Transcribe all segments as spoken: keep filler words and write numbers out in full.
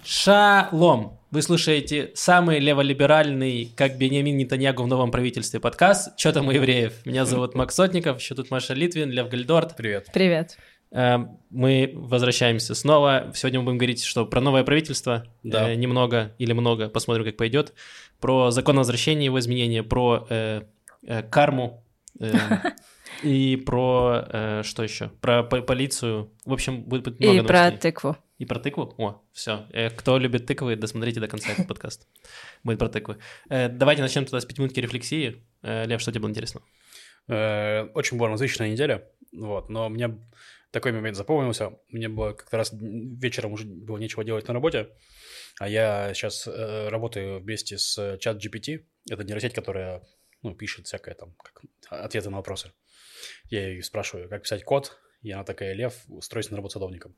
Шалом! Вы слушаете самый леволиберальный, как Беньямин Нетаньягу в новом правительстве, подкаст «Чё там у евреев?». Меня зовут Макс Сотников, еще тут Маша Литвин, Лев Гальдорт. Привет. Привет. Мы возвращаемся снова. Сегодня мы будем говорить, что про новое правительство, да. э, немного или много, посмотрим, как пойдет, про закон о возвращении, его изменения, про э, э, карму э, и про, э, что еще, про по- полицию. В общем, будет, будет много И новостей. про тыкву. И про тыкву? О, все. Э, кто любит тыквы, досмотрите до конца этот подкаст. Будет про тыквы. Э, давайте начнем тогда с пятиминутки рефлексии. Э, Лев, что тебе было интересно? Э, очень была насыщенная неделя, вот, но мне такой момент запомнился. Мне было как-то раз вечером уже было нечего делать на работе, а я сейчас э, работаю вместе с чат джи пи ти. Это нейросеть, которая, ну, пишет всякое там, как ответы на вопросы. Я ее спрашиваю, как писать код, и она такая: Лев, устройся на работу садовником.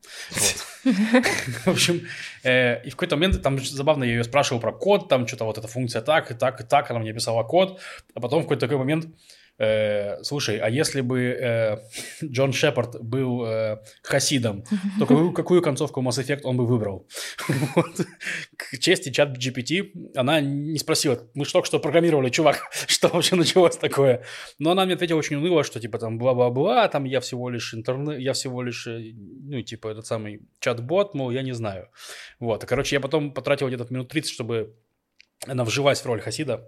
В общем, и в какой-то момент, там забавно, я ее спрашивал про код, там что-то вот эта функция так, и так, и так, она мне писала код, а потом в какой-то такой момент: слушай, а если бы Джон Шепард был хасидом, то какую, какую концовку Mass Effect он бы выбрал? Вот. К чести чат джи пи ти, она не спросила: мы же только что программировали, чувак, что вообще началось такое? Но она мне ответила очень уныло, что типа там бла-бла-бла, там я всего лишь интернет, я всего лишь, ну типа этот самый чат-бот, мол, я не знаю. Вот, и, короче, я потом потратил где-то минут тридцать, чтобы она вжилась в роль хасида.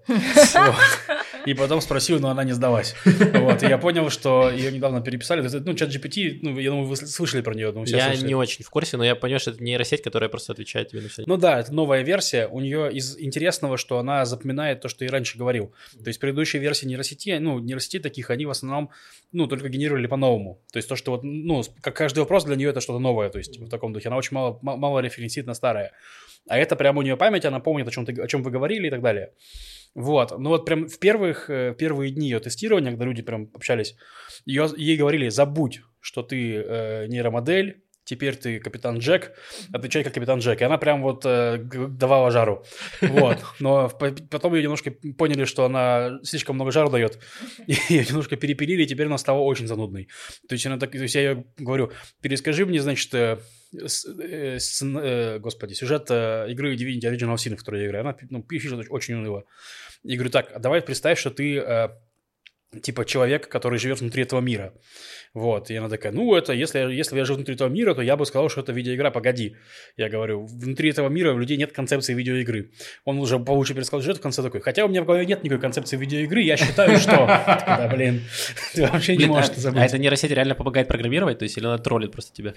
И потом спросил, но она не сдалась. Вот, и я понял, что ее недавно переписали. Ну, чат джи пи ти, ну, я думаю, вы слышали про нее. Думаю, я слышали. Не очень в курсе, но я понял, что это нейросеть, которая просто отвечает тебе на все. Ну да, это новая версия. У нее из интересного, что она запоминает то, что я раньше говорил. То есть предыдущие версии нейросети, ну, нейросети таких, они в основном, ну, только генерировали по-новому. То есть то, что вот, ну, как каждый вопрос для нее это что-то новое. То есть в таком духе. Она очень мало, мало референсит на старое. А это прямо у нее память, она помнит, о чем, ты, о чем вы говорили и так далее. Вот, ну вот прям в первых, в первые дни ее тестирования, когда люди прям общались, ее, ей говорили: забудь, что ты э, нейромодель, теперь ты капитан Джек, отвечай как капитан Джек. И она прям вот э, давала жару. Вот, но потом ее немножко поняли, что она слишком много жару дает, и ее немножко перепилили, и теперь она стала очень занудной. То есть, она так, то есть я ей говорю: перескажи мне, значит, э, с, э, с, э, господи, сюжет э, игры Divinity Original Sin, в которой я играю. Она, ну, пишет очень уныло. Я говорю: так, а давай представь, что ты э, типа человек, который живет внутри этого мира. Вот, и она такая: ну, это, если, если я живу внутри этого мира, то я бы сказал, что это видеоигра. Погоди. Я говорю: внутри этого мира у людей нет концепции видеоигры. Он уже получше пересказал сюжет, в конце такой: хотя у меня в голове нет никакой концепции видеоигры, я считаю, что... Да, блин, ты вообще не можешь это забыть. А эта нейросеть реально помогает программировать, то есть, или она троллит просто тебя?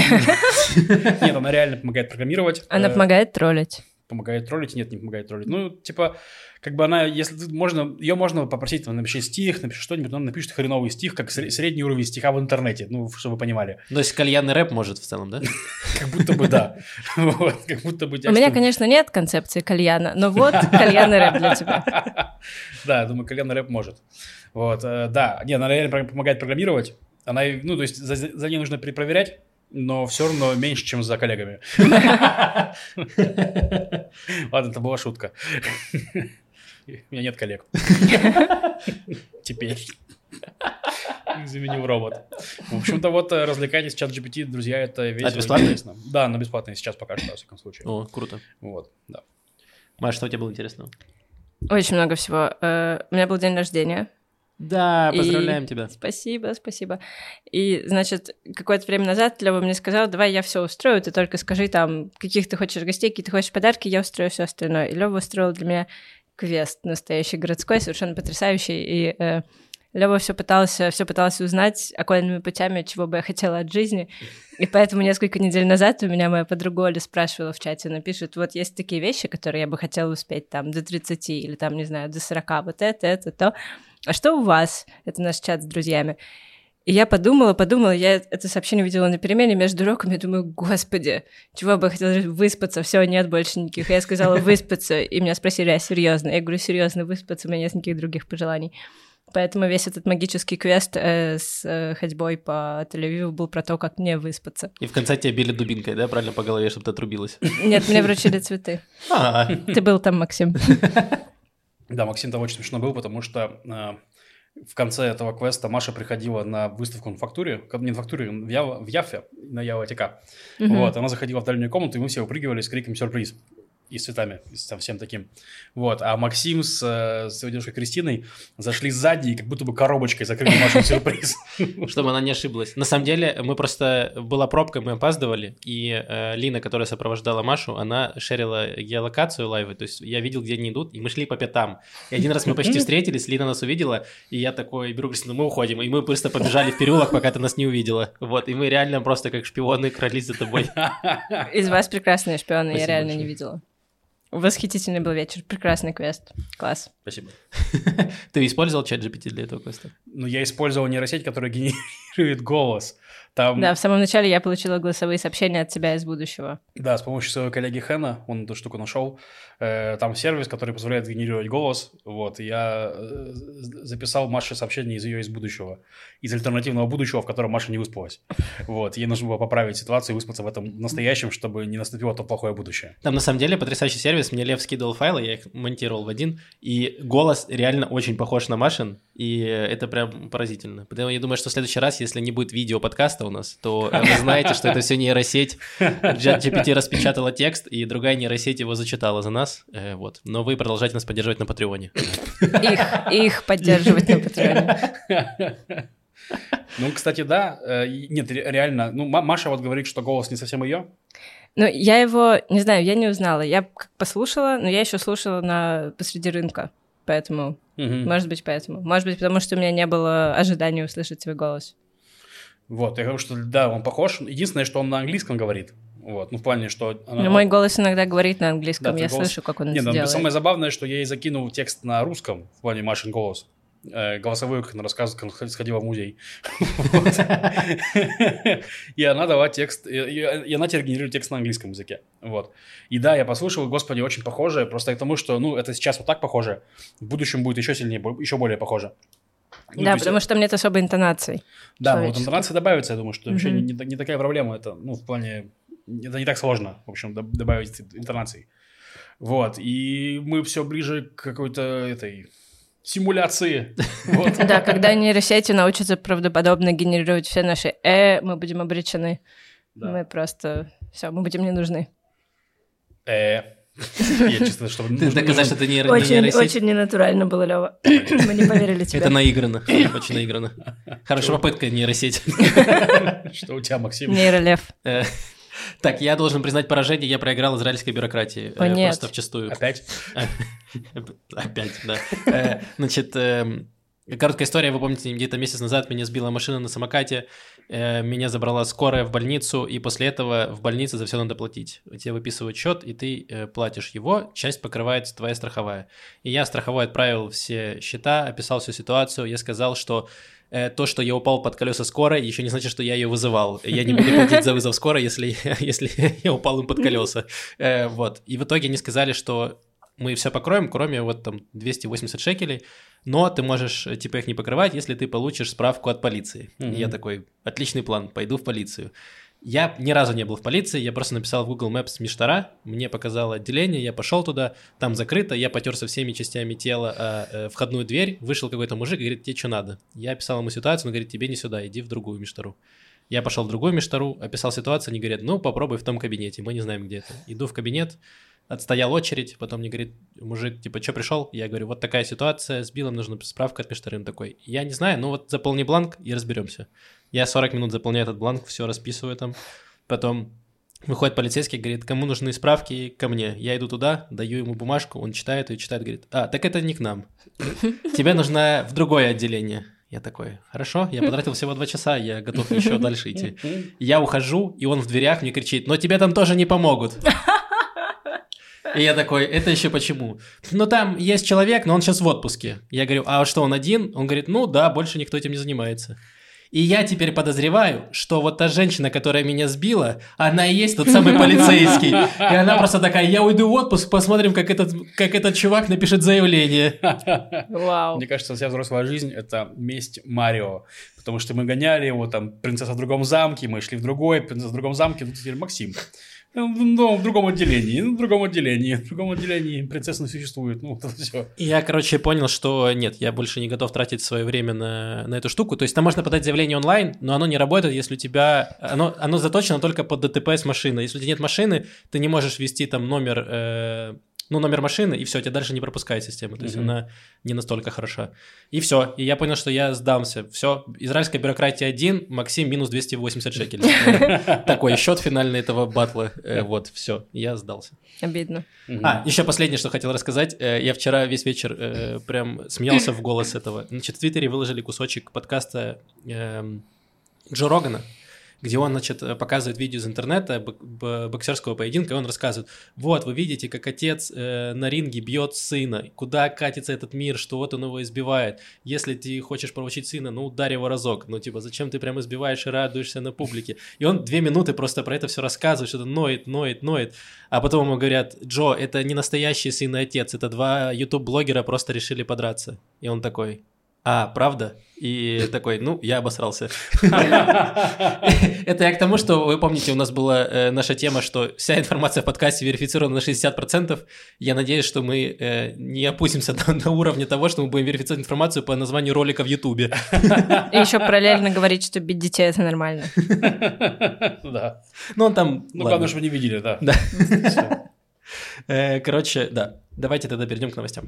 Нет, она реально помогает программировать. Она помогает троллить. Помогает троллить? Нет, не помогает троллить. Ну, типа, как бы она, если можно, ее можно попросить, там, напиши стих, напиши что-нибудь, но она напишет хреновый стих, как средний уровень стиха в интернете, ну, чтобы вы понимали. То есть кальянный рэп может в целом, да? Как будто бы да. Как будто бы... У меня, конечно, нет концепции кальяна, но вот кальянный рэп для тебя. Да, я думаю, кальянный рэп может. Вот, да. Не, она реально помогает программировать. Она, ну, то есть за ней нужно перепроверять, но все равно меньше, чем за коллегами. Ладно, это была шутка. У меня нет коллег. Теперь. Их заменил робот. В общем-то, вот развлекайтесь, чат джи пи ти, друзья, это весело. Это бесплатно? Интересно. Да, но бесплатно сейчас пока что, во всяком случае. О, круто. Вот, да. Маш, что у тебя было интересного? Очень много всего. У меня был день рождения. Да, поздравляем и... тебя. Спасибо, спасибо. И, значит, какое-то время назад Лёва мне сказал: давай я все устрою, ты только скажи там, каких ты хочешь гостей, какие ты хочешь подарки, я устрою все остальное. И Лёва устроил для меня квест настоящий городской, совершенно потрясающий. И э, Лёва все пытался, все пытался узнать окольными путями, чего бы я хотела от жизни. И поэтому несколько недель назад у меня моя подруга Оля спрашивала в чате, она пишет: вот есть такие вещи, которые я бы хотела успеть там до тридцати или там, не знаю, до сорока, вот это, это, то. А что у вас? Это наш чат с друзьями. И я подумала, подумала, я это сообщение видела на перемене между уроками, думаю: господи, чего бы я хотела выспаться, все, нет больше никаких. И я сказала: выспаться, и меня спросили: а серьезно? Я говорю: серьезно, выспаться, у меня нет никаких других пожеланий. Поэтому весь этот магический квест э, с э, ходьбой по Тель-Авиву был про то, как мне выспаться. И в конце тебя били дубинкой, да, правильно, по голове, чтобы ты отрубилась? Нет, мне вручили цветы. Ты был там, Максим. Да, Максим там очень смешно был, потому что в конце этого квеста Маша приходила на выставку на фактуре, не на фактуре, в, Яв, в Яффе, на Ява-ТК. Mm-hmm. Вот, она заходила в дальнюю комнату, и мы все упрыгивали с криком «Сюрприз!» и с цветами, и со всем таким. Вот, а Максим с, с его девушкой Кристиной зашли сзади и как будто бы коробочкой закрыли Машу сюрприз. Чтобы она не ошиблась. На самом деле, мы просто... Была пробка, мы опаздывали, и э, Лина, которая сопровождала Машу, она шерила геолокацию лайвы, то есть я видел, где они идут, и мы шли по пятам. И один раз мы почти встретились, Лина нас увидела, и я такой беру Кристину, мы уходим, и мы просто побежали в переулок, пока ты нас не увидела. Вот, и мы реально просто как шпионы крались за тобой. Из вас прекрасные шпионы, я реально не видела. Восхитительный был вечер, прекрасный квест, класс. Спасибо. Ты использовал чат джи пи ти для этого квеста? Ну, я использовал нейросеть, которая генерирует голос. Там... Да, в самом начале я получила голосовые сообщения от тебя из будущего. Да, с помощью своего коллеги Хэна, он эту штуку нашел. Э, там сервис, который позволяет генерировать голос. Вот, и я э, записал Маше сообщение из ее из будущего. Из альтернативного будущего, в котором Маша не выспалась. Вот, ей нужно было поправить ситуацию и выспаться в этом настоящем, чтобы не наступило то плохое будущее. Там на самом деле потрясающий сервис. Мне Лев скидывал файлы, я их монтировал в один. И голос реально очень похож на Машин. И это прям поразительно. Поэтому я думаю, что в следующий раз, если не будет видео подкаста у нас, то вы знаете, что это все нейросеть. чат джи пи ти распечатала текст, и другая нейросеть его зачитала за нас. Вот. Но вы продолжаете нас поддерживать на Патреоне. Их, их поддерживать на Патреоне. Ну, кстати, да. Нет, реально. Ну, Маша вот говорит, что голос не совсем ее. Ну, я его, не знаю, я не узнала. Я послушала, но я еще слушала на посреди рынка. Поэтому, угу. может быть, поэтому. Может быть, потому что у меня не было ожидания услышать свой голос. Вот, я говорю, что да, он похож. Единственное, что он на английском говорит. Вот, ну, в плане, что... Она... Но мой голос иногда говорит на английском, да, я голос... слышу, как он Нет, это делает. Самое забавное, что я ей закинул текст на русском, в плане Машин голос. Э, голосовой, как она рассказывает, как сходила в музей. И она дала текст, и она теперь генерирует текст на английском языке. Вот. И да, я послушал, господи, очень похоже, просто к тому, что, ну, это сейчас вот так похоже, в будущем будет еще сильнее, еще более похоже. Ну, да, потому есть... что там нет особой интонации. Да, вот интонация добавится, я думаю, что mm-hmm. вообще не, не такая проблема. Это, ну, в плане, это не так сложно, в общем, добавить интонации. Вот, и мы все ближе к какой-то этой симуляции. Да, когда нейросети научатся правдоподобно генерировать все наши «э», мы будем обречены. Мы просто... Все, мы будем не нужны. «Э». Я чисто, чтобы... Ты доказать, что ты не нейросеть. Очень ненатурально было, Лёва. Мы не поверили тебе. Это наиграно, очень наиграно. Хорошая попытка, нейросеть. Что у тебя, Максим? Нейролев. Так, я должен признать поражение, я проиграл израильской бюрократии. О, нет. Просто вчистую. Опять? Опять, да. Значит, короткая история, вы помните, где-то месяц назад меня сбила машина на самокате, меня забрала скорая в больницу, и после этого в больнице за все надо платить. Тебе выписывают счет, и ты платишь его, часть покрывает твоя страховая. И я страховой отправил все счета, описал всю ситуацию, я сказал, что то, что я упал под колеса скорой, еще не значит, что я ее вызывал. Я не буду платить за вызов скорой, если, если я упал им под колеса. Вот. И в итоге они сказали, что мы все покроем, кроме вот там двести восемьдесят шекелей, но ты можешь типа их не покрывать, если ты получишь справку от полиции. Mm-hmm. И я такой, отличный план, пойду в полицию. Я ни разу не был в полиции, я просто написал в Google Maps Миштара, мне показало отделение, я пошел туда, там закрыто, я потерся всеми частями тела о э, входную дверь, вышел какой-то мужик и говорит, тебе что надо? Я описал ему ситуацию, он говорит, тебе не сюда, иди в другую Миштару. Я пошел в другую Миштару, описал ситуацию, они говорят, ну попробуй в том кабинете, мы не знаем, где это. Иду в кабинет, отстоял очередь, потом мне говорит мужик, типа, что пришел? Я говорю, вот такая ситуация, с Биллом нужна справка от Миштары. Он такой, я не знаю, ну вот заполни бланк и разберемся. Я сорок минут заполняю этот бланк, все расписываю там, потом выходит полицейский, говорит, кому нужны справки, ко мне. Я иду туда, даю ему бумажку, он читает ее, читает, говорит, а, так это не к нам, тебе нужно в другое отделение. Я такой, хорошо, я потратил всего два часа, я готов еще дальше идти. Я ухожу, и он в дверях мне кричит, но тебе там тоже не помогут. И я такой, это еще почему? Ну, там есть человек, но он сейчас в отпуске. Я говорю, а что, он один? Он говорит, ну да, больше никто этим не занимается. И я теперь подозреваю, что вот та женщина, которая меня сбила, она и есть тот самый полицейский. И она просто такая, я уйду в отпуск, посмотрим, как этот, как этот чувак напишет заявление. Вау. Мне кажется, вся взрослая жизнь – это месть Марио. Потому что мы гоняли его, там, принцесса в другом замке, мы шли в другой, принцесса в другом замке, тут теперь Максим. Ну, в другом отделении, в другом отделении, в другом отделении принцесса не существует, ну, это все. Я, короче, понял, что нет, я больше не готов тратить свое время на, на эту штуку. То есть там можно подать заявление онлайн, но оно не работает, если у тебя... Оно, оно заточено только под ДТП с машиной. Если у тебя нет машины, ты не можешь ввести там номер... Э, ну, номер машины, и все, тебя дальше не пропускает система. То есть mm-hmm. она не настолько хороша. И все. И я понял, что я сдамся. Все. Израильская бюрократия один, Максим минус двести восемьдесят шекелей. Такой счет финальный этого батла. Вот, все. Я сдался. Обидно. А, еще последнее, что хотел рассказать. Я вчера весь вечер прям смеялся в голос этого. Значит, в Твиттере выложили кусочек подкаста Джо Рогана, где он, значит, показывает видео из интернета боксерского поединка, и он рассказывает: вот, вы видите, как отец э, на ринге бьет сына, куда катится этот мир, что вот он его избивает. Если ты хочешь проучить сына, ну, ударь его разок. Ну, типа, зачем ты прям избиваешь и радуешься на публике? И он две минуты просто про это все рассказывает, что-то ноет, ноет, ноет. А потом ему говорят: Джо, это не настоящий сын и отец, это два ютуб-блогера просто решили подраться. И он такой: а, правда? И такой, ну, я обосрался. Это я к тому, что, вы помните, у нас была э, наша тема, что вся информация в подкасте верифицирована на шестьдесят процентов. Я надеюсь, что мы э, не опустимся до, до уровня того, что мы будем верифицировать информацию по названию ролика в Ютубе. И еще параллельно говорить, что бить детей – это нормально. Да. Ну, он там... Ну, главное, чтобы не видели, да. Да. Короче, да. Давайте тогда перейдем к новостям.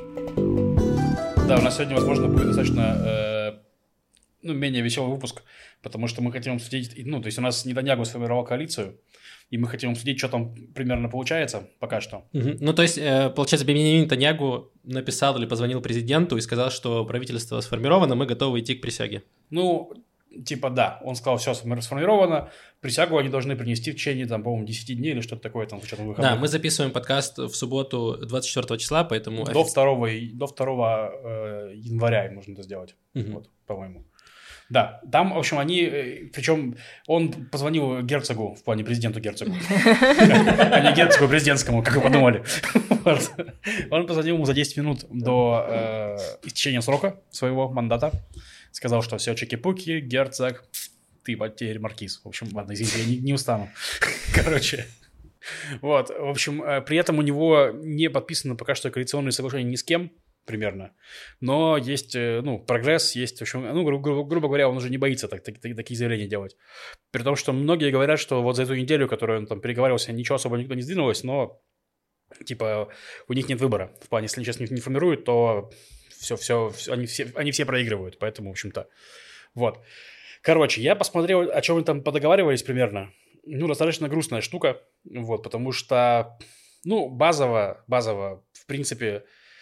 Да, у нас сегодня, возможно, будет достаточно э, ну, менее веселый выпуск, потому что мы хотим обсудить, ну, то есть у нас Нетаньяху сформировал коалицию, и мы хотим обсудить, что там примерно получается пока что. Угу. Ну, то есть, э, получается, Беньямин Нетаньяху написал или позвонил президенту и сказал, что правительство сформировано, мы готовы идти к присяге. Ну, типа, да, он сказал, все сформировано, присягу они должны принести в течение, там, по-моему, десять дней или что-то такое, там, с учетом выходных. Да, мы записываем подкаст в субботу двадцать четвёртого числа, поэтому... До второго, до второго э, января можно это сделать, угу. Вот, по-моему. Да, там, в общем, они, причем он позвонил герцогу, в плане президенту герцогу, а не герцогу президентскому, как вы подумали. Он позвонил ему за десять минут до истечения срока своего мандата. Сказал, что все, чеки-пуки, герцог, ты теперь маркиз. В общем, ладно, извините, я не, не устану. Короче, вот, в общем, при этом у него не подписано пока что коалиционное соглашение ни с кем, примерно, но есть, ну, прогресс, есть, в общем, ну, гру- гру- грубо говоря, он уже не боится так, так, так, такие заявления делать. При том, что многие говорят, что вот за эту неделю, которую он там переговаривался, ничего особо никто не сдвинулось, но, типа, у них нет выбора. В плане, если они сейчас не, не формируют, то... Все, все, все, они все, они все проигрывают, поэтому, в общем-то, вот. Короче, я посмотрел, о чем они там подоговаривались примерно. Ну, достаточно грустная штука, вот, потому что, ну, базово, базово, в принципе,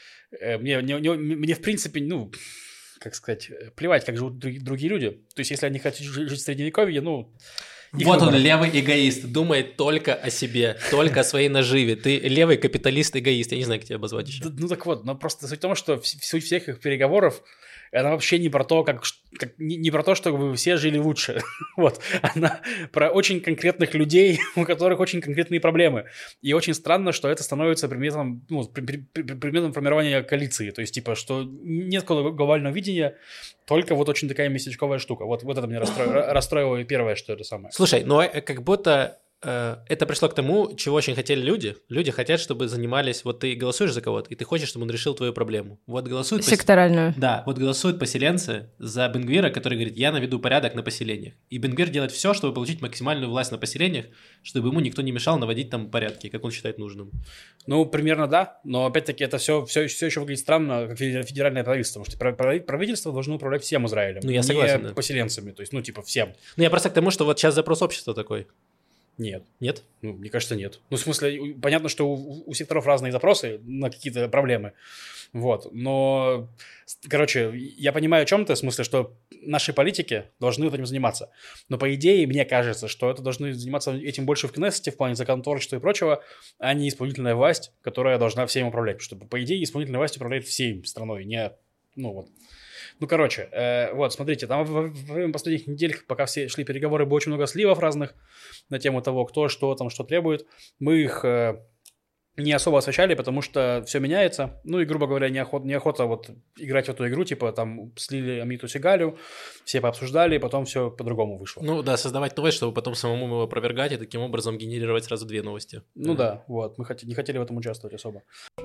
э, мне, мне, мне, в принципе, ну, как сказать, плевать, как живут другие, другие люди. То есть, если они хотят жить в Средневековье, ну... Вот он, левый эгоист, думает только о себе, только о своей наживе. Ты левый капиталист-эгоист, я не знаю, как тебя обозвать еще. Да, ну так вот, но просто суть в том, что суть всех их переговоров, она вообще не про то, как, как не, не про то, чтобы все жили лучше. Вот. Она про очень конкретных людей, у которых очень конкретные проблемы. И очень странно, что это становится предметом, ну, предметом формирования коалиции. То есть, типа, что нет глобального видения, только вот очень такая местечковая штука. Вот, вот это меня расстроило, расстроило и первое, что это самое. Слушай, ну как будто... Это пришло к тому, чего очень хотели люди. Люди хотят, чтобы занимались... Вот ты голосуешь за кого-то, и ты хочешь, чтобы он решил твою проблему. Вот голосуют... Секторальную. Пос... Да, вот голосуют поселенцы за Бен-Гвира, который говорит: я наведу порядок на поселениях. И Бен-Гвир делает все, чтобы получить максимальную власть на поселениях, чтобы ему никто не мешал наводить там порядки, как он считает нужным. Ну, примерно да, но опять-таки это все, все, все еще выглядит странно, как федеральное правительство, потому что правительство должно управлять всем Израилем. Ну, я согласен, не да. поселенцами, то есть, ну, типа, всем. Ну, я просто к тому, что вот сейчас запрос общества такой. Нет. Нет? Ну, мне кажется, нет. Ну, в смысле, понятно, что у, у секторов разные запросы на какие-то проблемы. Вот. Но, короче, я понимаю о чем ты, в смысле, что наши политики должны этим заниматься. Но, по идее, мне кажется, что это должны заниматься этим больше в Кнессете, в плане законотворчества и прочего, а не исполнительная власть, которая должна всем управлять. Потому что, по идее, исполнительная власть управляет всей страной, не... Ну, вот. Ну, короче, э, вот, смотрите, там во время последних недель, пока все шли переговоры, было очень много сливов разных на тему того, кто что там, что требует. Мы их, э, не особо освещали, потому что все меняется. Ну и, грубо говоря, неохота, неохота вот играть в эту игру, типа там слили Амиту Сигалю, все пообсуждали, и потом все по-другому вышло. Ну да, создавать новость, чтобы потом самому его опровергать и таким образом генерировать сразу две новости. Ну да, да вот, мы хот- не хотели в этом участвовать особо.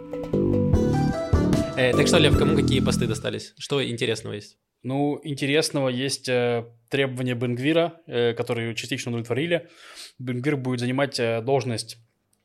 Э, так что, Лев, кому какие посты достались? Что интересного есть? Ну, интересного есть э, требования Бен-Гвира, э, которые частично удовлетворили. Бен-Гвир будет занимать э, должность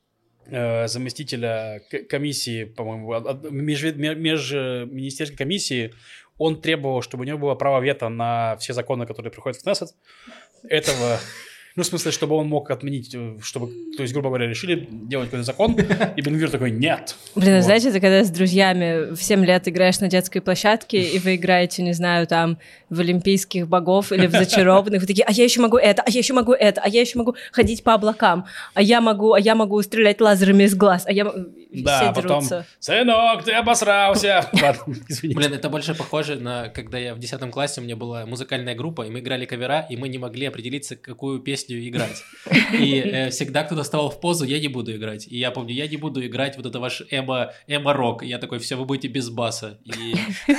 заместителя комиссии, по-моему, меж, межминистерской комиссии. Он требовал, чтобы у него было право вето на все законы, которые приходят в Кнессет. Этого... Ну, в смысле, чтобы он мог отменить, чтобы, то есть, грубо говоря, решили делать какой-то закон, и Бен-Гвир такой, нет. Блин, вот. Знаете, это когда с друзьями в семь лет играешь на детской площадке, и вы играете, не знаю, там, в Олимпийских богов или в Зачарованных, вы такие, а я еще могу это, а я еще могу это, а я еще могу ходить по облакам, а я могу, а я могу стрелять лазерами из глаз, а я... Да, все потом, дерутся. Сынок, ты обосрался. Ладно, извините. Блин, это больше похоже на, когда я в десятом классе, у меня была музыкальная группа, и мы играли кавера, и мы не могли определиться, какую песню играть. И э, всегда кто-то вставал в позу, я не буду играть. И я помню, я не буду играть вот это ваш эмо, эмо-рок. И я такой, все, вы будете без баса. И...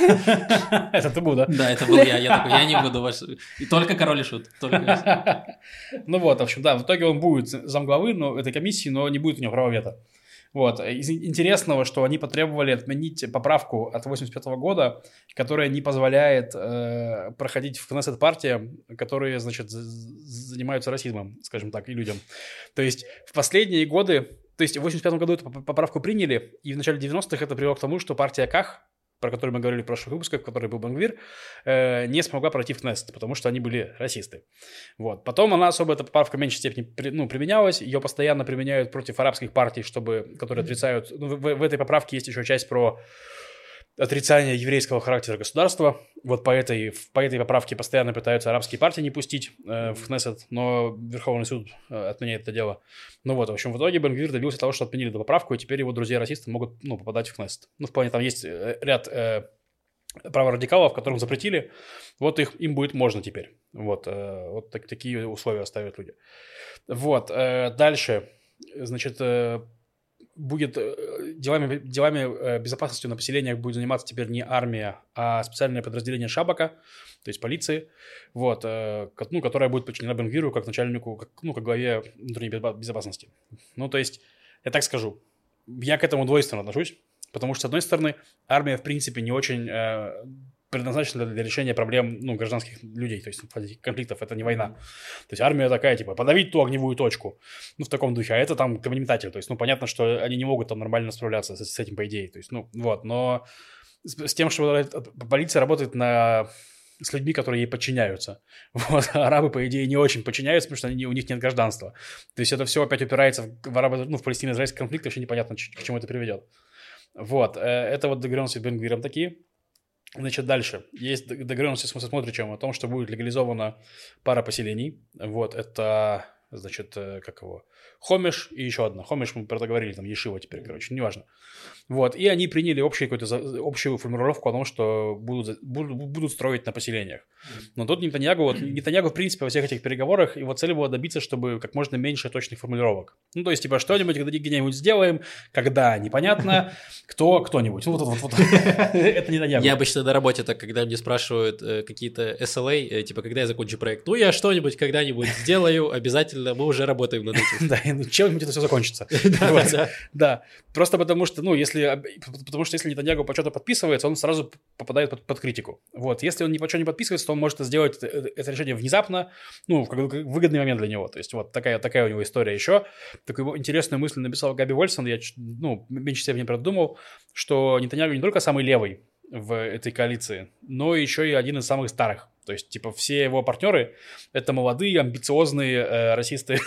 Это ты был, да? Да, это был я. Я такой, я не буду ваш... И только Король и Шут. Только... Ну вот, в общем, да, в итоге он будет замглавы но, этой комиссии, но не будет у него права вето. Вот. Из интересного, что они потребовали отменить поправку от восемьдесят пятого года, которая не позволяет э, проходить в Кнессет партиям, которые, значит, з- занимаются расизмом, скажем так, и людям. То есть в последние годы, то есть в восемьдесят пятом году эту поправку приняли, и в начале девяностых это привело к тому, что партия КАХ, про которую мы говорили в прошлых выпусках, в которой был Бен-Гвир, э, не смогла пройти в Кнессет, потому что они были расисты. Вот. Потом она особо, эта поправка в меньшей степени при, ну, применялась, ее постоянно применяют против арабских партий, чтобы, которые отрицают... Ну, в, в этой поправке есть еще часть про отрицание еврейского характера государства. Вот по этой, по этой поправке постоянно пытаются арабские партии не пустить э, в Кнессет, но Верховный суд э, отменяет это дело. Ну вот, в общем, в итоге Бен-Гвир добился того, что отменили эту поправку, и теперь его друзья-расисты могут, ну, попадать в Кнессет. Ну, в плане там есть ряд э, праворадикалов, которым запретили, вот их, им будет можно теперь. Вот, э, вот так, такие условия ставят люди. Вот, э, дальше, значит... Э, будет делами, делами безопасностью на поселениях будет заниматься теперь не армия, а специальное подразделение Шабака, то есть полиции, вот, ну, которая будет подчинена Бен-Гвиру как начальнику, как, ну, как главе внутренней безопасности. Ну, то есть, я так скажу, я к этому двойственно отношусь, потому что, с одной стороны, армия, в принципе, не очень э, предназначена для решения проблем, ну, гражданских людей, то есть конфликтов, это не война. То есть армия такая, типа, подавить ту огневую точку, ну, в таком духе, а это там камнеметатель, то есть, ну, понятно, что они не могут там нормально справляться с, с этим, по идее, то есть, ну, вот, но с, с тем, что полиция работает на... с людьми, которые ей подчиняются. Вот. А арабы, по идее, не очень подчиняются, потому что они, у них нет гражданства. То есть это все опять упирается в, в, арабо, ну, в палестино-израильский конфликт, вообще непонятно, к чему это приведет. Вот. Это вот договоренности с Бен-Гвиром такие. Значит, дальше. Есть договоренности с Смотричем о том, что будет легализована пара поселений. Вот. Это, значит, как его... Хомиш и еще одна. Хомиш мы про это говорили, там Ешива теперь, короче, неважно. Вот, и они приняли общую, какую-то, общую формулировку о том, что будут, будут, будут строить на поселениях. Но тут Нетаньягу, вот, Нетаньягу, в принципе, во всех этих переговорах, его цель была добиться, чтобы как можно меньше точных формулировок. Ну, то есть, типа, что-нибудь где-нибудь сделаем, когда, непонятно, кто, кто-нибудь. Ну, вот, вот, вот. Это Нетаньягу. Я обычно на работе так, когда мне спрашивают э, какие-то эс эл эй, э, типа, когда я закончу проект, ну, я что-нибудь когда-нибудь сделаю, обязательно, мы уже работаем над этим. Да, ну, чем-нибудь это все закончится. Да, вот. да. Да, просто потому что, ну, если, потому что если Нетаньягу по что-то подписывается, он сразу попадает под, под критику. Вот, если он ни по что не подписывается, то он может сделать это, это решение внезапно, ну, в как, выгодный момент для него. То есть, вот такая, такая у него история еще. Такую интересную мысль написал Габи Вольсон, я, ну, в меньшей степени продумал, что Нетаньягу не только самый левый в этой коалиции, но еще и один из самых старых. То есть, типа, все его партнеры — это молодые, амбициозные э, расисты.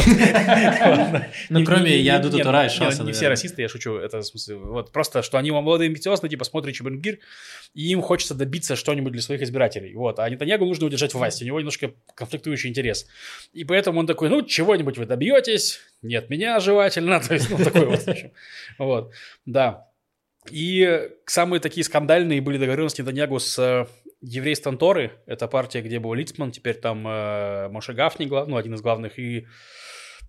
Ну, кроме Ядута Тора и Шаса. Не все расисты, я шучу. Это, в смысле, вот просто, что они молодые, амбициозные, типа, Смотрич и Бен-Гвир, и им хочется добиться что-нибудь для своих избирателей. Вот. А Нетаньягу нужно удержать власть. У него немножко конфликтующий интерес. И поэтому он такой, ну, чего-нибудь вы добьетесь, нет меня желательно. То есть, ну, такой вот, в общем. Вот, да. И самые такие скандальные были договоренности Нетаньягу с еврейством Торы. Это партия, где был Лицман, теперь там э, Моше Гафни, глав, ну, один из главных, и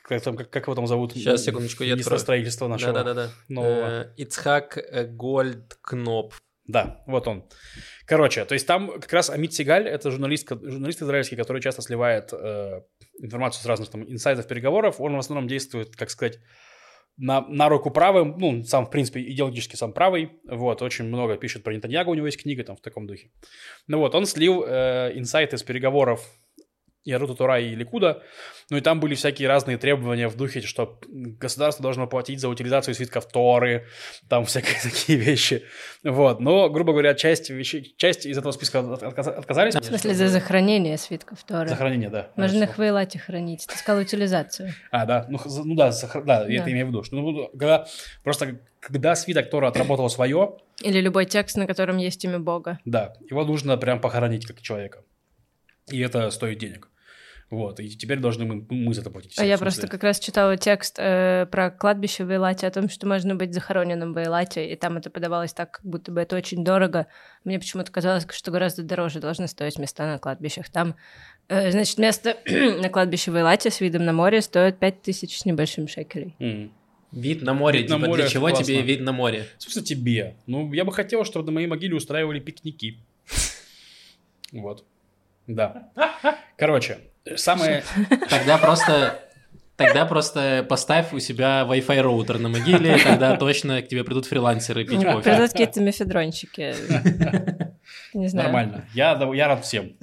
как, там, как, как его там зовут? Сейчас, секундочку, я Министра открою. строительства нашего Да-да-да. нового. Ицхак Гольдкноп. Да, вот он. Короче, то есть там как раз Amit Сигаль, это журналист, журналист израильский, который часто сливает э, информацию с разных там инсайдов, переговоров. Он в основном действует, как сказать, на, на руку правым, ну, сам, в принципе, идеологически сам правый, вот, очень много пишет про Нетаньягу, у него есть книга там в таком духе. Ну вот, он слил э, инсайты с переговоров Ярута Тора и Ликуда, ну и там были всякие разные требования в духе, что государство должно платить за утилизацию свитков Торы, там всякие такие вещи, вот, но, грубо говоря, часть, вещей, часть из этого списка отказались. В смысле, за захоронение свитков Торы? За хранение, да. Можно их в Эйлате хранить, ты сказал утилизацию. А, да, ну, ну да, сохр... да, я Да. это имею в виду, что ну, когда, просто когда свиток Тора отработал свое, Или любой текст, на котором есть имя Бога. да, его нужно прям похоронить как человека, и это стоит денег. Вот, и теперь должны мы, мы за это платить. А я просто как раз читала текст э, про кладбище в Эйлате, о том, что можно быть захороненным в Эйлате, и там это подавалось так, как будто бы это очень дорого. Мне почему-то казалось, что гораздо дороже должны стоить места на кладбищах. Там, э, значит, место на кладбище в Эйлате с видом на море стоит пять тысяч с небольшим шекелей. Mm. Вид на море, Вид на типа, море, для чего классно. тебе вид на море? В смысле тебе? Ну, я бы хотел, чтобы на моей могиле устраивали пикники. Вот. Да. Короче, самое... Тогда просто... Тогда просто поставь у себя Wi-Fi роутер на могиле, тогда точно к тебе придут фрилансеры пить кофе. Придут какие-то мефедрончики. Не знаю. Нормально. Я, я рад всем.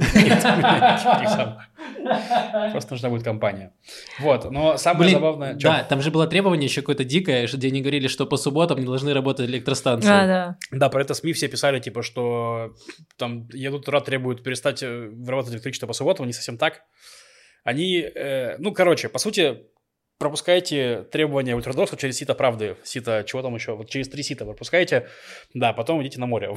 Просто нужна будет компания. Вот, но самое Блин, забавное... да, там же было требование еще какое-то дикое, где они говорили, что по субботам не должны работать электростанции. А, да. Да, про это СМИ все писали, типа, что там Ярута Тора требует перестать вырабатывать электричество по субботам, не совсем так. Они, э, ну, короче, по сути, пропускаете требования ультрадоксов через сито правды, сито, чего там еще, вот через три сита пропускаете, да, потом идите на море.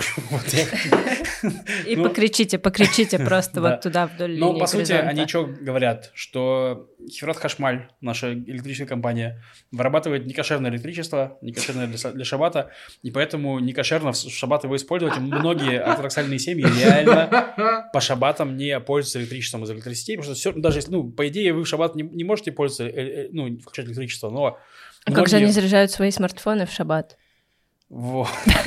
И покричите, покричите просто вот туда вдоль линии Ну, по сути, горизонта. они что говорят, что Хеврат Хашмаль, наша электрическая компания, вырабатывает некошерное электричество, некошерное для, для шаббата, и поэтому некошерно в шаббат его использовать. И многие ортодоксальные семьи реально по шаббатам не пользуются электричеством из электросетей, потому что все, даже если, ну, по идее, вы в шаббат не, не можете пользоваться, э, э, ну, включать электричество, но... А как же они заряжают свои смартфоны в шаббат? Вот.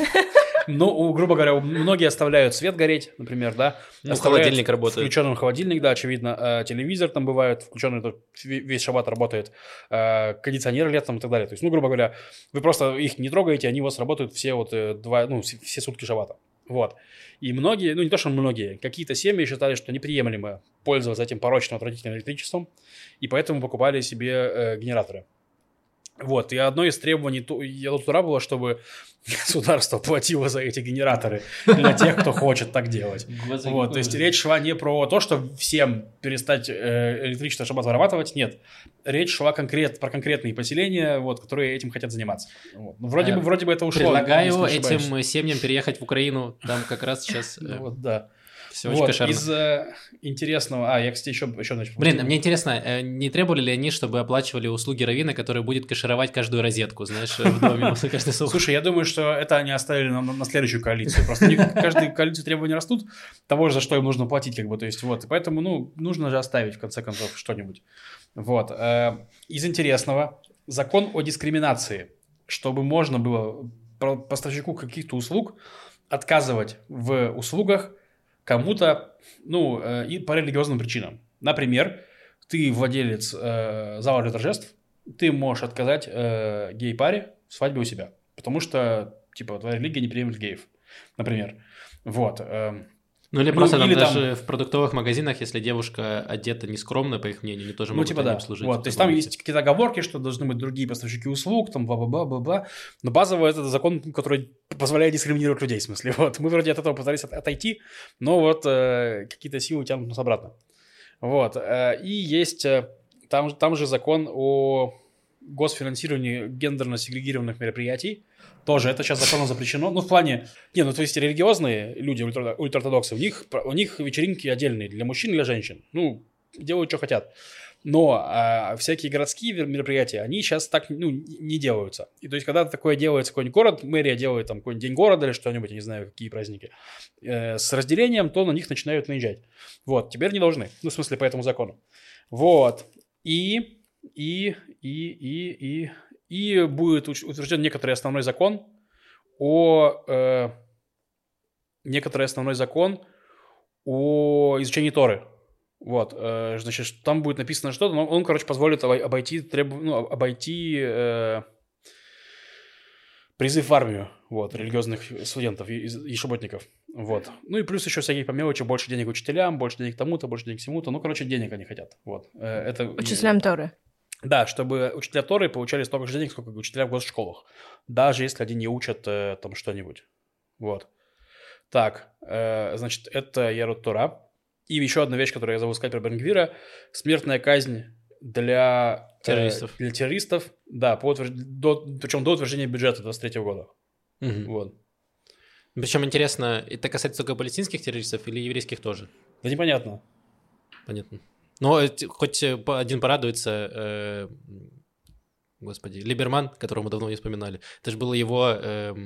Ну, грубо говоря, многие оставляют свет гореть, например, да. Ну, холодильник работает. Включенным холодильник, да, очевидно. Телевизор там бывает, включенный, весь шаббат работает. Кондиционер летом и так далее. То есть, ну, грубо говоря, вы просто их не трогаете, они у вас работают все вот два, ну, все сутки шаббата. Вот. И многие, ну, не то, что многие, какие-то семьи считали, что неприемлемо пользоваться этим порочным, отвратительным электричеством, и поэтому покупали себе э, генераторы. Вот, и одно из требований Ярута Тора было, чтобы государство платило за эти генераторы для тех, кто хочет так делать. Вот, то есть речь шла не про то, что всем перестать э, электричество в шаббат вырабатывать, нет. Речь шла конкрет, про конкретные поселения, вот, которые этим хотят заниматься. Вот. Ну, вроде, бы, вроде бы это ушло. Предлагаю этим семьям переехать в Украину, там как раз сейчас... Ну, вот, да. Все вот, очень кошерно. Из э, интересного... А, я, кстати, еще... еще значит, Блин, мне интересно, не требовали ли они, чтобы оплачивали услуги раввина, который будет кашировать каждую розетку, знаешь, в доме после каждой субботы? Слушай, я думаю, что это они оставили на, на следующую коалицию. Просто не, каждой коалиции требования растут, того же, за что им нужно платить, как бы, то есть, вот. И поэтому, ну, нужно же оставить, в конце концов, что-нибудь. Вот. Э, из интересного, закон о дискриминации, чтобы можно было поставщику каких-то услуг отказывать в услугах кому-то, ну, э, и по религиозным причинам. Например, ты владелец э, зала для торжеств, ты можешь отказать э, гей-паре в свадьбе у себя, потому что, типа, твоя религия не приемлет геев, например. Вот. Э, ну, или просто ну, там или даже там... в продуктовых магазинах, если девушка одета нескромно, по их мнению, они тоже ну, могут типа, да. да. служить. Вот, то есть там есть какие-то оговорки, что должны быть другие поставщики услуг, там бла-бла-бла-бла-бла. Но базово это закон, который позволяет дискриминировать людей, в смысле. Вот. Мы вроде от этого пытались от- отойти, но вот э, какие-то силы тянут нас обратно. Вот. Э, и есть э, там, там же закон о госфинансировании гендерно-сегрегированных мероприятий. Тоже это сейчас законом запрещено. Ну, в плане... Не, ну, то есть религиозные люди, ультра- ультраортодоксы, у них, у них вечеринки отдельные для мужчин и для женщин. Ну, делают, что хотят. Но а, всякие городские мероприятия, они сейчас так, ну, не делаются. И то есть, когда такое делается, какой-нибудь город, мэрия делает там какой-нибудь день города или что-нибудь, я не знаю, какие праздники, э, с разделением, то на них начинают наезжать. Вот, теперь не должны. Ну, в смысле, по этому закону. Вот. И и, и, и, и, и будет утвержден некоторый основной закон о... Э, некоторый основной закон о изучении Торы. Вот, э, значит, там будет написано что-то, но он, короче, позволит обойти, треб... ну, обойти э, призыв в армию, вот, религиозных студентов и, и шаботников, вот. Ну и плюс еще всякие по мелочи, больше денег учителям, больше денег тому-то, больше денег всему-то, ну, короче, денег они хотят, вот. Э, это... Учителям Торы. Да, чтобы учителя Торы получали столько же денег, сколько учителя в госшколах, даже если они не учат э, там что-нибудь, вот. Так, э, значит, это Ярут Тора. И еще одна вещь, которую я забыл сказать про Бен-Гвира. Смертная казнь для террористов. Э, для террористов, да, по утвержд... до, причем до утверждения бюджета двадцать третьего года. Угу. Вот. Причем интересно, это касается только палестинских террористов или еврейских тоже? Да непонятно. Понятно. Но хоть один порадуется, э, господи, Либерман, которого мы давно не вспоминали. Это же был его... Э,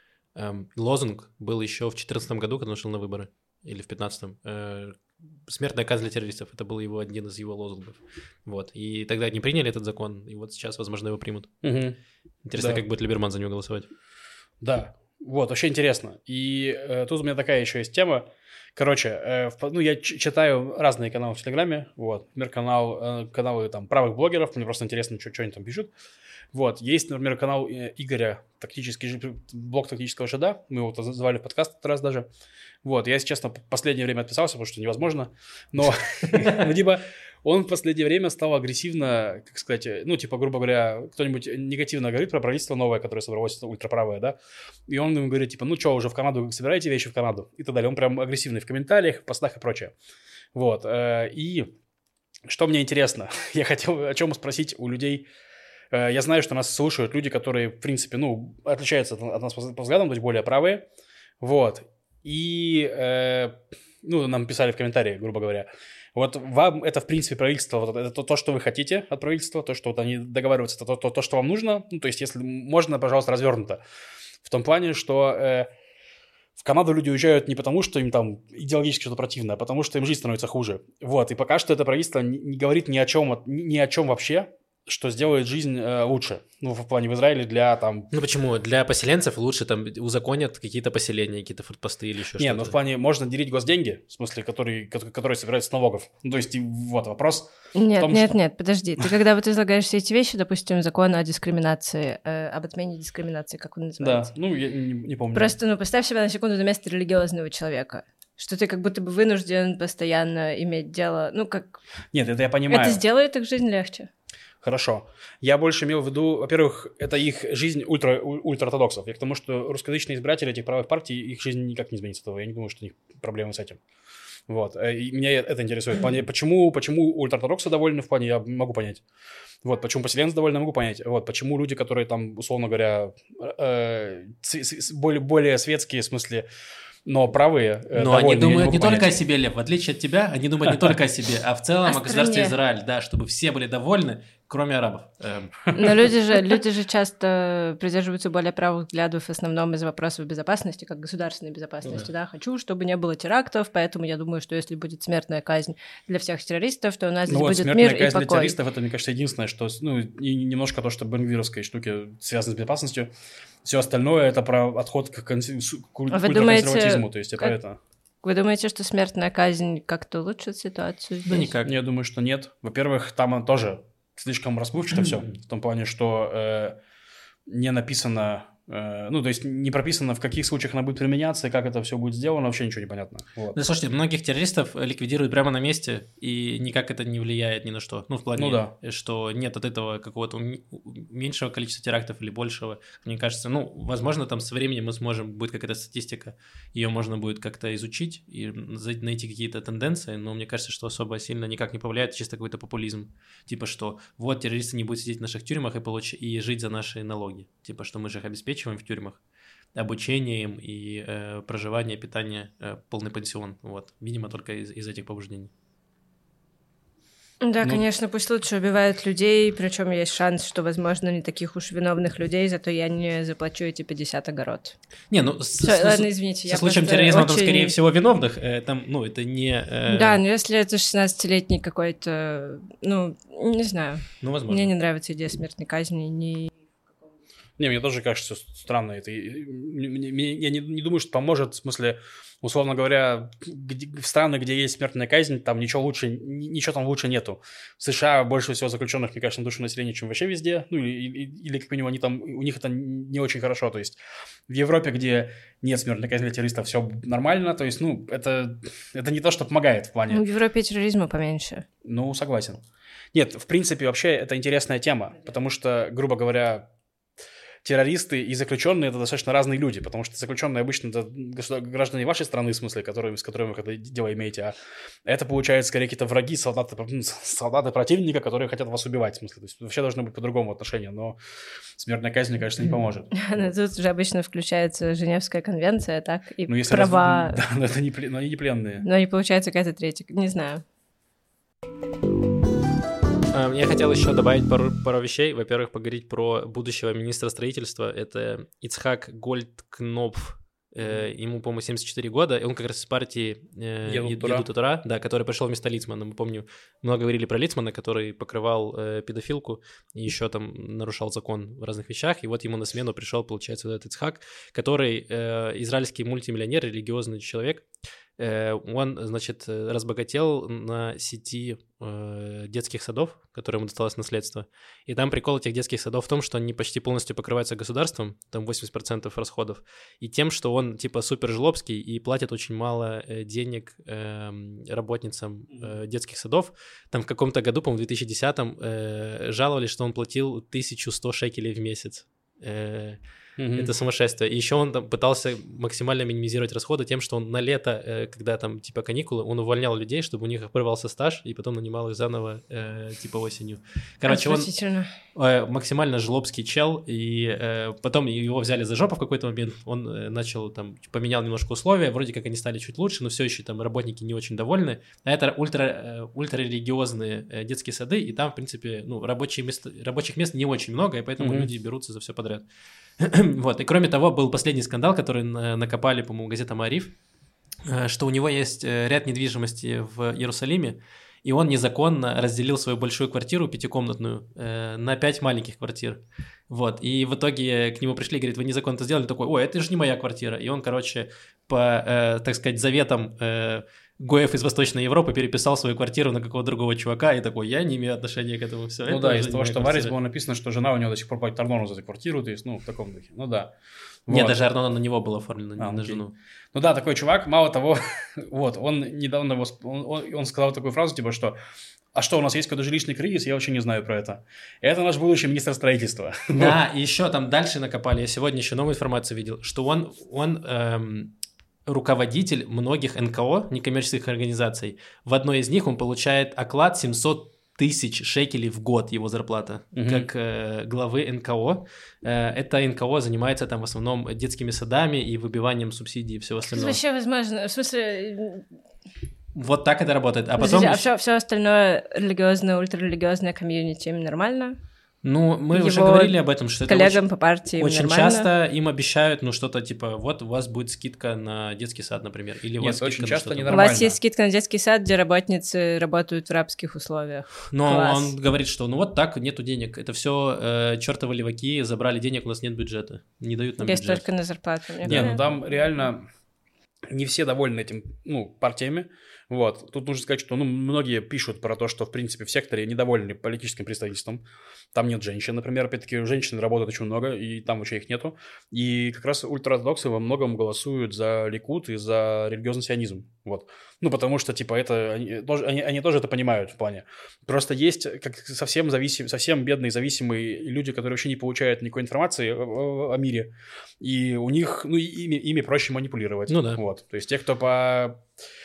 Эм, лозунг был еще в две тысячи четырнадцатом году, когда он шел на выборы, или в две тысячи пятнадцатом. Э, смертная казнь для террористов. Это был его один из его лозунгов. Вот. И тогда не приняли этот закон, и вот сейчас, возможно, его примут. Угу. Интересно, да. как будет Либерман за него голосовать. Да, вот, вообще интересно. И э, тут у меня такая еще есть тема. Короче, э, в, ну, я ч- читаю разные каналы в Телеграме, вот, например, канал, э, каналы там правых блогеров, мне просто интересно, что они там пишут. Вот, есть, например, канал Игоря, тактический, блог тактического ЖД, мы его звали в подкаст этот раз даже. Вот, я, если честно, в последнее время отписался, потому что невозможно, но, либо он в последнее время стал агрессивно, как сказать, ну, типа, грубо говоря, кто-нибудь негативно говорит про правительство новое, которое собралось, ультраправое, да, и он ему говорит, типа, ну, что, уже в Канаду, собираете вещи в Канаду, и так далее. Он прям агрессивный в комментариях, в постах и прочее. Вот, и что мне интересно, я хотел о чем спросить у людей. Я знаю, что нас слушают люди, которые, в принципе, ну, отличаются от нас по взглядам, то есть более правые, вот, и, э, ну, нам писали в комментариях, грубо говоря, вот вам это, в принципе, правительство, вот это то, что вы хотите от правительства, то, что вот они договариваются, это то, то, то, что вам нужно, ну, то есть, если можно, пожалуйста, развернуто, в том плане, что э, в Канаду люди уезжают не потому, что им там идеологически что-то противно, а потому, что им жизнь становится хуже, вот, и пока что это правительство не, не говорит ни о чем, ни о чем вообще, что сделает жизнь э, лучше, ну, в плане в Израиле для там... Ну, почему? Для поселенцев лучше там узаконят какие-то поселения, какие-то фортпосты или еще Не, что-то. ну, в плане можно делить госденьги, в смысле, которые, которые собираются с налогов. Ну, то есть, и вот вопрос... Нет, том, нет, что... нет, подожди. Ты когда вот излагаешь все эти вещи, допустим, закон о дискриминации, э, об отмене дискриминации, как он называется? Да, ну, я не, не помню. Просто, ну, поставь себя на секунду на место религиозного человека. Что ты как будто бы вынужден постоянно иметь дело, ну, как... Нет, это я понимаю. Это сделает их жизнь легче. Хорошо. Я больше имел в виду, во-первых, это их жизнь ультра, ультраортодоксов. Я к тому, что русскоязычные избиратели этих правых партий, их жизнь никак не изменится этого. Я не думаю, что у них проблемы с этим. Вот. И меня это интересует. В плане, почему, почему ультраортодоксы довольны, в плане, я могу понять. Вот. Почему поселенцы довольны, могу понять. Вот. Почему люди, которые там, условно говоря, э, с, с, более, более светские, в смысле, но правые, э, Но довольны, они думают не понять. только о себе, Лев. В отличие от тебя, они думают не только о себе, а в целом о государстве Израиль. Да, чтобы все были довольны, кроме арабов. Но люди же, люди же часто придерживаются более правых взглядов в основном из вопросов безопасности, как государственной безопасности. Да. Да, хочу, чтобы не было терактов, поэтому я думаю, что если будет смертная казнь для всех террористов, то у нас ну здесь вот, будет смертная мир и казнь покой. для террористов, это, мне кажется, единственное, что, ну, и немножко то, что бенгвировской штуки связано с безопасностью. Все остальное это про отход к, конс... к ультраконсерватизму, то есть это как... это. Вы думаете, что смертная казнь как-то улучшит ситуацию здесь? Да никак. Я думаю, что нет. Во-первых, там тоже слишком расплывчато все, в том плане, что э, не написано, э, ну, то есть не прописано, в каких случаях она будет применяться и как это все будет сделано, вообще ничего не понятно. Вот. Да, слушайте, многих террористов ликвидируют прямо на месте, и никак это не влияет ни на что. Ну, в плане, ну, да. что нет от этого какого-то меньшего количества терактов или большего. Мне кажется, ну, возможно, там со временем мы сможем, будет какая-то статистика, ее можно будет как-то изучить и найти какие-то тенденции, но мне кажется, что особо сильно никак не повлияет, чисто какой-то популизм. Типа, что вот террористы не будут сидеть в наших тюрьмах и, получ... и жить за наши налоги. Типа, что мы же их обеспечиваем в тюрьмах обучением и э, проживание, питание, э, полный пансион. Вот. Видимо, только из, из этих побуждений. Да, Ну, конечно, пусть лучше убивают людей, причем есть шанс, что, возможно, не таких уж виновных людей, зато я не заплачу эти пятьдесят огород. Не, ну, с, Всё, с- ладно, извините, со я случаем просто терроризма там, очень- скорее всего, виновных. э, там, ну, это не... э, Да, но если это шестнадцатилетний какой-то, ну, не знаю. Ну, возможно. Мне не нравится идея смертной казни, не... Не, мне тоже кажется странно это. И мне- мне- Я не, не думаю, что поможет, в смысле, условно говоря, где- в странах, где есть смертная казнь, там ничего лучше, ни- ничего там лучше нету. В США больше всего заключенных, мне кажется, на душу населения, чем вообще везде. Ну, или, или, или, как минимум, они там, у них это не очень хорошо. То есть в Европе, где нет смертной казни для террористов, все нормально. То есть, ну, это, это не то, что помогает в плане. Ну, в Европе терроризма поменьше. Ну, согласен. Нет, в принципе, вообще это интересная тема, потому что, грубо говоря, террористы и заключенные — это достаточно разные люди, потому что заключенные обычно это государ- граждане вашей страны, в смысле, которые, с которыми вы когда дело имеете, а это, получается, скорее какие-то враги, солдаты, ну, солдаты противника, которые хотят вас убивать, в смысле. То есть вообще должно быть по-другому отношение, но смертная казнь, мне кажется, не поможет. Но тут же обычно включается Женевская конвенция, так, и Ну, если права... раз- Да, но это не, плен- но они не пленные. Но не получается какая-то третья, не знаю. А, Я хотел еще добавить пару, пару вещей. Во-первых, поговорить про будущего министра строительства. Это Ицхак Гольдкнопф. Э, Ему, по-моему, семьдесят четыре года. И он как раз из партии э, Едут Ед- Ура. Едут Ура, да, который пришел вместо Лицмана. Мы помню, много говорили про Лицмана, который покрывал э, педофилку и еще там нарушал закон в разных вещах. И вот ему на смену пришел, получается, вот этот Ицхак, который э, израильский мультимиллионер, религиозный человек. Э, Он, значит, э, разбогател на сети э, детских садов, которые ему досталось в наследство. И там прикол этих детских садов в том, что они почти полностью покрываются государством, там восемьдесят процентов расходов, и тем, что он типа супер жлобский и платит очень мало э, денег эм, работницам э, детских садов. Там в каком-то году, по-моему, в две тысячи десятом э, жаловались, что он платил тысячу сто шекелей в месяц. Э, Мгм. Это сумасшествие. И еще он там пытался максимально минимизировать расходы тем, что он на лето, э, когда там типа каникулы, он увольнял людей, чтобы у них обрывался стаж, и потом нанимал их заново э, типа осенью. Короче, он Отвратительно. э, максимально жлобский чел, и э, потом его взяли за жопу в какой-то момент, он э, начал там, поменял немножко условия, вроде как они стали чуть лучше, но все еще там работники не очень довольны. А это ультра, э, ультрарелигиозные э, детские сады, и там, в принципе, ну, рабочие места, рабочих мест не очень много, и поэтому Мгм. люди берутся за все подряд. Вот, и кроме того, был последний скандал, который на- накопали, по-моему, газета «Маариф», э, что у него есть э, ряд недвижимости в Иерусалиме, и он незаконно разделил свою большую квартиру, пятикомнатную, э, на пять маленьких квартир. Вот, и в итоге к нему пришли, говорит, вы незаконно это сделали, он такой, ой, это же не моя квартира. И он, короче, по, э, так сказать, заветам э, гоев из Восточной Европы переписал свою квартиру на какого-то другого чувака, и такой, я не имею отношения к этому, все. Ну да, из того, что в Арис было написано, что жена у него до сих пор платит арнона за эту квартиру, то есть, ну, в таком духе. Ну да. Нет, Вот. даже Арнона на него было оформлено, А, на окей. жену. Ну да, такой чувак, мало того, вот, он недавно, его сп- он, он- он сказал такую фразу, типа, что а что, у нас есть какой-то жилищный кризис, я вообще не знаю про это. Это наш будущий министр строительства. Да, и еще там дальше накопали, я сегодня еще новую информацию видел, что он, он эм, руководитель многих эн ка о, некоммерческих организаций. В одной из них он получает оклад семьсот тысяч шекелей в год, его зарплата, Мгм. как э, главы эн ка о. Э, это эн ка о занимается там в основном детскими садами и выбиванием субсидий и всего Это остального. вообще возможно. В смысле, Вот так это работает. А потом... подожди, а ещё- все, все остальное религиозное, ультрарелигиозное комьюнити им нормально? Ну, мы уже Его говорили об этом, что это Коллегам очень- по партии им Очень нормально? часто им обещают, ну, что-то типа, вот у вас будет скидка на детский сад, например, или у Нет, вас скидка очень на часто что-то. не У нормально. вас есть скидка на детский сад, где работницы работают в рабских условиях. Но Класс. он говорит, что ну вот так, нету денег, это все э, чертовы леваки, забрали денег, у нас нет бюджета, не дают нам Есть бюджет. только на зарплату. мне Не, ну кажется. там реально не все довольны этим, ну, партиями. Вот. Тут нужно сказать, что, ну, многие пишут про то, что, в принципе, в секторе недовольны политическим представительством. Там нет женщин, например. Опять-таки, женщин работает очень много, и там вообще их нету. И как раз ультраортодоксы во многом голосуют за Ликуд и за религиозный сионизм. Вот. Ну, потому что, типа, это... Они тоже, они, они тоже это понимают в плане. Просто есть как совсем, зависим, совсем бедные, зависимые люди, которые вообще не получают никакой информации о, о мире. И у них, ну, ими, ими проще манипулировать. Ну да. Вот. То есть те, кто по...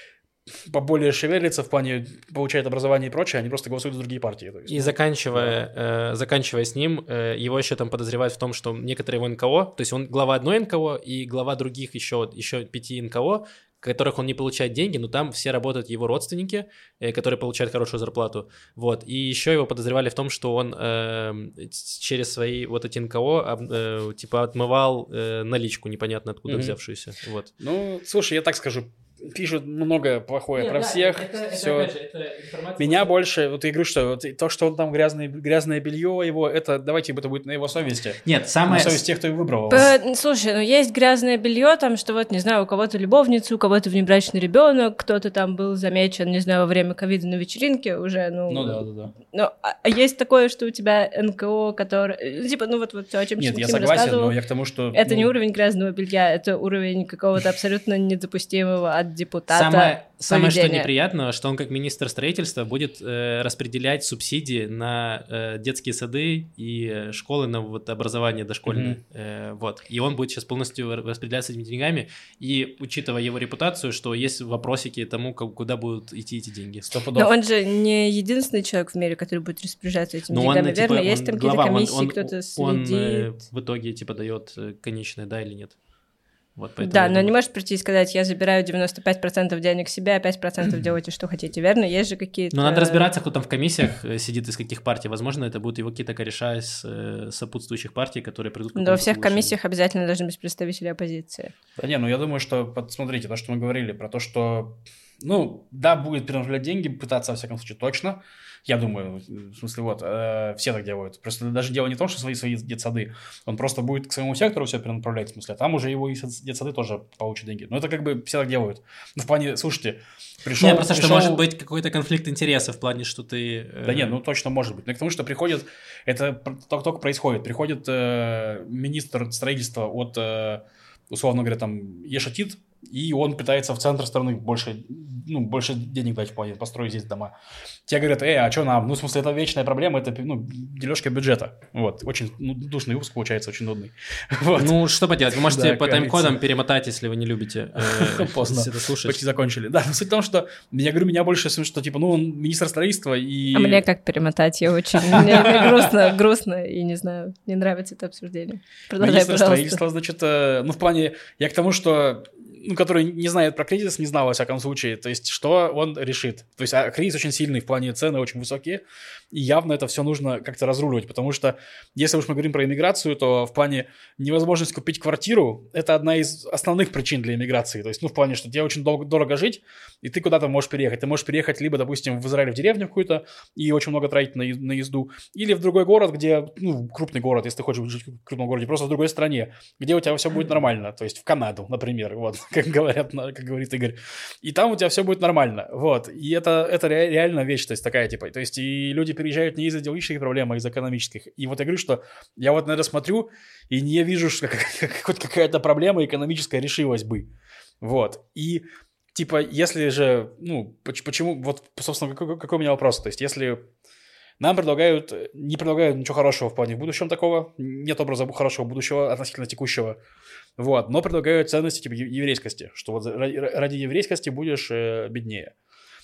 поболее шевелится в плане получает образование и прочее, они просто голосуют за другие партии. То есть, и ну, заканчивая, да. э, заканчивая с ним, э, его еще там подозревают в том, что некоторые его эн ка о, то есть он глава одной эн ка о и глава других еще, еще пяти эн ка о, которых он не получает деньги, но там все работают его родственники, э, которые получают хорошую зарплату. Вот. И еще его подозревали в том, что он э, через свои вот эти эн ка о э, типа отмывал э, наличку, непонятно откуда mm-hmm. взявшуюся. Вот. Ну, слушай, я так скажу. Пишут многое плохое Нет, про да, всех. Это, все. Это, же, это Меня больше, вот я говорю, что вот, то, что он там грязное, грязное белье его, это давайте это будет на его совести. Нет, самое... На совесть тех, кто его выбрал. По, слушай, ну есть грязное белье, там, что вот, не знаю, у кого-то любовница, у кого-то внебрачный ребенок, кто-то там был замечен, не знаю, во время ковида на вечеринке уже, ну... Ну да, да, да. Ну, а, а есть такое, что у тебя эн ка о, который... Типа, ну вот, вот то, о чем Нет, я согласен, но я к тому, что... Это ну... не уровень грязного белья, это уровень какого-то абсолютно недопустимого от депутата. Самое... Самое, что неприятно, что он как министр строительства будет э, распределять субсидии на э, детские сады и школы на вот, образование дошкольное. Mm-hmm. Э, вот. И он будет сейчас полностью распределяться этими деньгами. И учитывая его репутацию, что есть вопросики тому, как, куда будут идти эти деньги. Но он же не единственный человек в мире, который будет распоряжаться этими Но деньгами, он, верно? Типа, есть там какие-то комиссии, он, он, кто-то следит. Он э, в итоге типа дает конечное, да или нет? Вот, да, но не можешь прийти и сказать, я забираю девяносто пять процентов денег себе, а пять процентов делайте, что хотите, верно? Есть же какие-то... Ну, надо разбираться, кто там в комиссиях сидит, из каких партий. Возможно, это будут его какие-то кореша из э, сопутствующих партий, которые придут... Да, во всех комиссиях обязательно должны быть представители оппозиции. Да не, ну я думаю, что, посмотрите, то, что мы говорили, про то, что, ну, да, будет перенаправлять деньги, пытаться, во всяком случае, точно. Я думаю, в смысле, вот, э, все так делают. Просто даже дело не в том, что свои, свои детсады. Он просто будет к своему сектору все перенаправлять, в смысле, а там уже его и детсады тоже получат деньги. Но это как бы все так делают. Ну, в плане, слушайте, пришел... Нет, просто пришел... что может быть какой-то конфликт интересов в плане, что ты... Э... Да нет, ну точно может быть. Но к тому, что приходит, это только происходит. Приходит э, министр строительства от, э, условно говоря, там, Ешатид, и он пытается в центр страны больше, ну, больше денег дать в плане построить здесь дома. Те говорят, эй, а что нам? Ну, в смысле, это вечная проблема, это, ну, дележка бюджета. Вот, очень ну, душный выпуск получается, очень нудный. Вот. Ну, что поделать, вы можете да, по тайм-кодам перемотать, если вы не любите э, Поздно, это слушать. Почти закончили. Да, но суть в том, что, я говорю, меня больше, что, типа, ну, он министр строительства и... А мне как перемотать? Я очень... Мне грустно, грустно, и не знаю, не нравится это обсуждение. Продолжай, министр строительства, значит, ну, в плане, я к тому, что... ну, который не знает про кризис, не знал, во всяком случае, то есть, что он решит. То есть, а кризис очень сильный, в плане цены очень высокие, и явно это все нужно как-то разруливать, потому что, если уж мы говорим про иммиграцию, то в плане невозможность купить квартиру, это одна из основных причин для иммиграции, то есть, ну, в плане, что тебе очень долго, дорого жить, и ты куда-то можешь переехать. Ты можешь переехать либо, допустим, в Израиль в деревню какую-то, и очень много тратить на, на езду, или в другой город, где, ну, крупный город, если ты хочешь жить в крупном городе, просто в другой стране, где у тебя все будет нормально, то есть, в Канаду, например, вот. Как говорят, как говорит Игорь. И там у тебя все будет нормально. Вот. И это, это реально вещь, то есть такая, типа. То есть и люди переезжают не из-за идеологических проблем, а из-за экономических. И вот я говорю, что я вот на это смотрю и не вижу, что хоть какая-то проблема экономическая решилась бы. Вот. И типа, если же, ну, почему, вот, собственно, какой, какой у меня вопрос? То есть если... Нам предлагают, не предлагают ничего хорошего в плане в будущем такого, нет образа хорошего будущего относительно текущего, вот, но предлагают ценности типа еврейскости, что вот ради, ради еврейскости будешь э, беднее,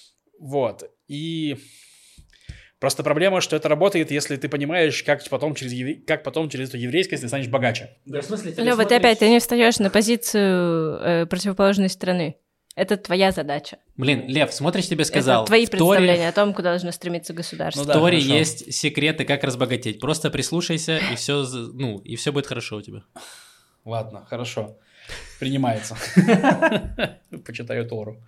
вот, и просто проблема, что это работает, если ты понимаешь, как потом через, евре... как потом через эту еврейскость ты станешь богаче. Да, в смысле, ты Лёва, смотришь... ты опять, ты не встаешь на позицию э, противоположной страны. Это твоя задача. Блин, Лев, смотришь, тебе сказал. Это твои представления Торе... о том, куда должно стремиться государство. Ну, да, в Торе есть секреты, как разбогатеть. Просто прислушайся, и все, ну, и все будет хорошо у тебя. Ладно, хорошо. Принимается. Почитаю Тору.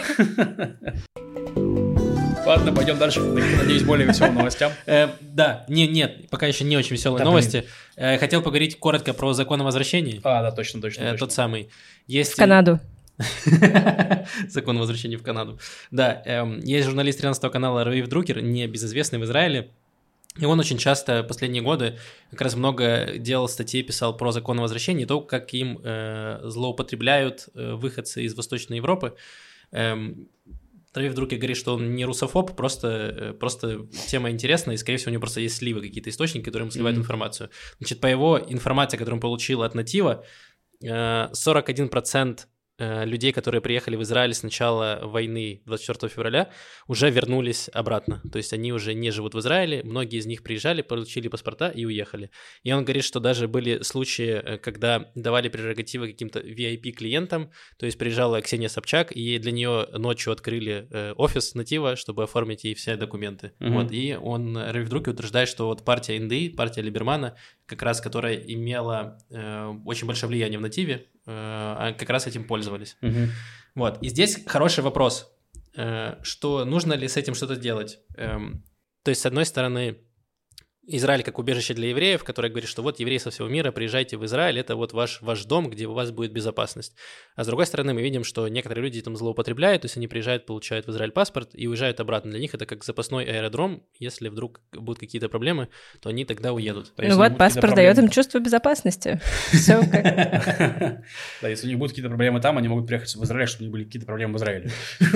Ладно, пойдем дальше. Надеюсь, более веселым новостям. Да, нет, нет, пока еще не очень веселые новости. Хотел поговорить коротко про закон о возвращении. А, да, точно, точно. Тот самый. В Канаду. Закон о возвращении в Канаду. Да, эм, есть журналист тринадцатого канала Равив Друкер, небезызвестный в Израиле, и он очень часто последние годы как раз много делал статей, писал про закон о возвращении, то, как им э, злоупотребляют э, выходцы из Восточной Европы. Эм, Равив Друкер говорит, что он не русофоб, просто, просто тема интересная, и, скорее всего, у него просто есть сливы, какие-то источники, которые ему сливают mm-hmm. информацию. Значит, по его информации, которую он получил от Натива, э, сорок один процент э, людей, которые приехали в Израиль с начала войны двадцать четвёртого февраля, уже вернулись обратно. То есть они уже не живут в Израиле, многие из них приезжали, получили паспорта и уехали. И он говорит, что даже были случаи, когда давали прерогативы каким-то ви ай пи-клиентам, то есть приезжала Ксения Собчак, и для нее ночью открыли э, офис Натива, чтобы оформить ей все документы. Mm-hmm. Вот, и он, Равив Друки, утверждает, что вот партия эн дэ и, партия Либермана, как раз которая имела э, очень большое влияние в Нативе, э, как раз этим пользовались. Mm-hmm. Вот, и здесь хороший вопрос, э, что нужно ли с этим что-то делать. Э, то есть, с одной стороны, Израиль как убежище для евреев, который говорит, что вот евреи со всего мира, приезжайте в Израиль, это вот ваш, ваш дом, где у вас будет безопасность. А с другой стороны, мы видим, что некоторые люди там злоупотребляют, то есть они приезжают, получают в Израиль паспорт и уезжают обратно. Для них это как запасной аэродром, если вдруг будут какие-то проблемы, то они тогда уедут. Ну вот, паспорт дает им чувство безопасности. Все как... Да, если у них будут какие-то проблемы там, они могут приехать в Израиль, чтобы у них были какие-то проблемы в Израиле.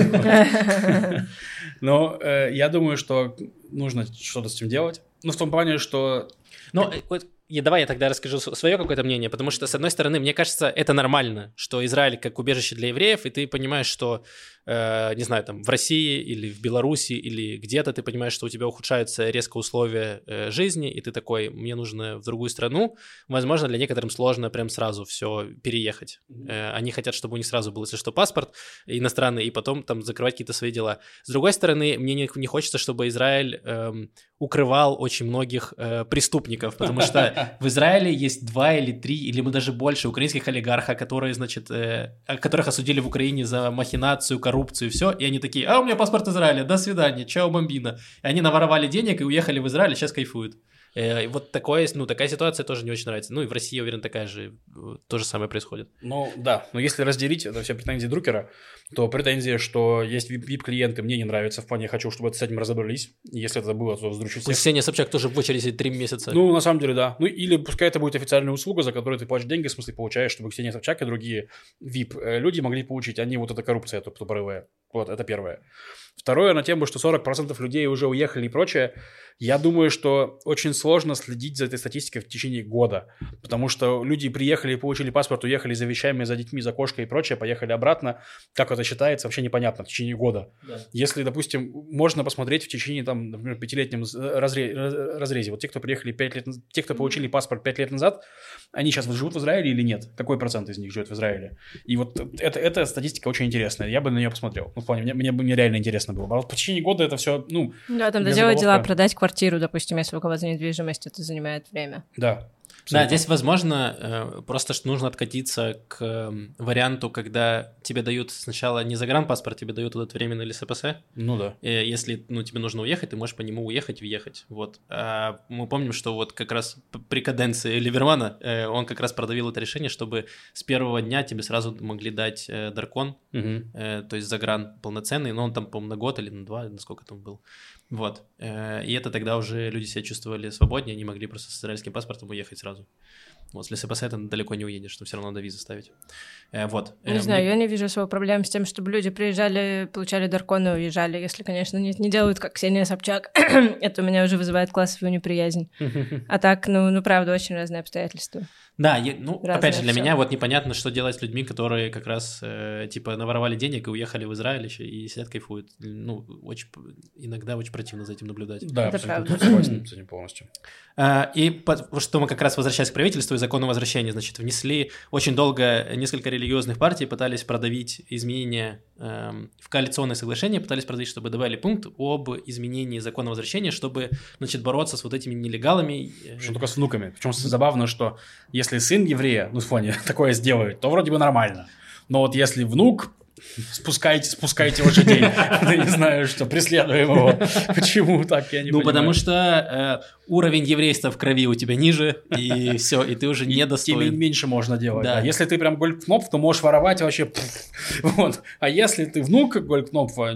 Но я думаю, что нужно что-то с этим делать. Ну, в том плане, что... Ну, вот, давай я тогда расскажу свое какое-то мнение, потому что, с одной стороны, мне кажется, это нормально, что Израиль как убежище для евреев, и ты понимаешь, что, э, не знаю, там, в России или в Беларуси или где-то ты понимаешь, что у тебя ухудшаются резко условия э, жизни, и ты такой, мне нужно в другую страну. Возможно, для некоторым сложно прям сразу все переехать. Э, они хотят, чтобы у них сразу был, если что, паспорт иностранный, и потом там закрывать какие-то свои дела. С другой стороны, мне не, не хочется, чтобы Израиль э, укрывал очень многих э, преступников, потому что в Израиле есть два или три, или даже больше украинских олигархов, которые, значит, э, которых осудили в Украине за махинацию, коррупцию и все, и они такие, а у меня паспорт Израиля, до свидания, чао, бомбина. И они наворовали денег и уехали в Израиль, и сейчас кайфуют. И вот такое, ну, такая ситуация тоже не очень нравится. Ну, и в России, я уверен, такая же, то же самое происходит. Ну, да, но если разделить это все претензии Друкера, то претензия, что есть ви ай пи-клиенты, мне не нравится, в плане хочу, чтобы с этим разобрались. Если это было, то вздручу всех. Пусть Ксения Собчак тоже в очереди сидит три месяца. Ну, на самом деле, да. Ну, или пускай это будет официальная услуга, за которую ты платишь деньги, в смысле получаешь, чтобы Ксения Собчак и другие ви ай пи-люди могли получить, а не вот эта коррупция тупорылая. Вот, это первое. Второе, на тему, что сорок процентов людей уже уехали и прочее. Я думаю, что очень сложно следить за этой статистикой в течение года, потому что люди приехали, получили паспорт, уехали за вещами, за детьми, за кошкой и прочее, поехали обратно. Как это считается, вообще непонятно в течение года. Да. Если, допустим, можно посмотреть в течение, там, например, пятилетнем разре- разрезе. Вот те, кто приехали пять лет, те, кто получили паспорт пять лет назад, они сейчас живут в Израиле или нет? Какой процент из них живет в Израиле? И вот это, эта статистика очень интересная. Я бы на нее посмотрел. Ну, в плане, мне, мне бы мне реально интересно было. А вот в течение года это все, ну... Да, там доделать дела, продать квартиру, допустим, если у кого-то недвижимость, это занимает время. Да. Да, здесь, возможно, просто что нужно откатиться к варианту, когда тебе дают сначала не загранпаспорт, тебе дают этот временный эл эс пэ эс. Ну да. Если, ну, тебе нужно уехать, ты можешь по нему уехать, въехать. Вот. А мы помним, что вот как раз при каденции Либермана он как раз продавил это решение, чтобы с первого дня тебе сразу могли дать даркон, угу. То есть загран полноценный, но он там, по-моему, на год или на два, насколько там был. Вот. И это тогда уже люди себя чувствовали свободнее, они могли просто с израильским паспортом уехать сразу. Вот, с эл эс пэ эс ты далеко не уедешь, что все равно надо визу ставить. Вот. Не знаю, я не вижу особо проблем с тем, чтобы люди приезжали, получали дарконы и уезжали, если, конечно, не, не делают, как Ксения Собчак. Это у меня уже вызывает классовую неприязнь. А так, ну, ну, правда, очень разные обстоятельства. Да, я, ну, разное опять же, для всё. Меня вот непонятно, что делать с людьми, которые как раз, э, типа, наворовали денег и уехали в Израиль еще и сидят, кайфуют. Ну, очень, иногда очень противно за этим наблюдать. Да, это абсолютно согласен с этим полностью. А, и по, что мы как раз, возвращаясь к правительству и закону возвращения, значит, внесли очень долго несколько религиозных партий, пытались продавить изменения э, в коалиционное соглашение, пытались продавить, чтобы добавили пункт об изменении закона возвращения, чтобы, значит, бороться с вот этими нелегалами. Что только с внуками. Причем забавно, что если сын еврея, ну, в фоне такое сделает, то вроде бы нормально. Но вот если внук, спускайте, спускайте лошадей. Я не знаю, что, преследуем его. Почему так, я не понимаю. Ну, потому что уровень еврейства в крови у тебя ниже, и все, и ты уже не достоин. Тебе меньше можно делать. Да. Если ты прям Голькнопф, то можешь воровать вообще. Вот. А если ты внук Голькнопфа,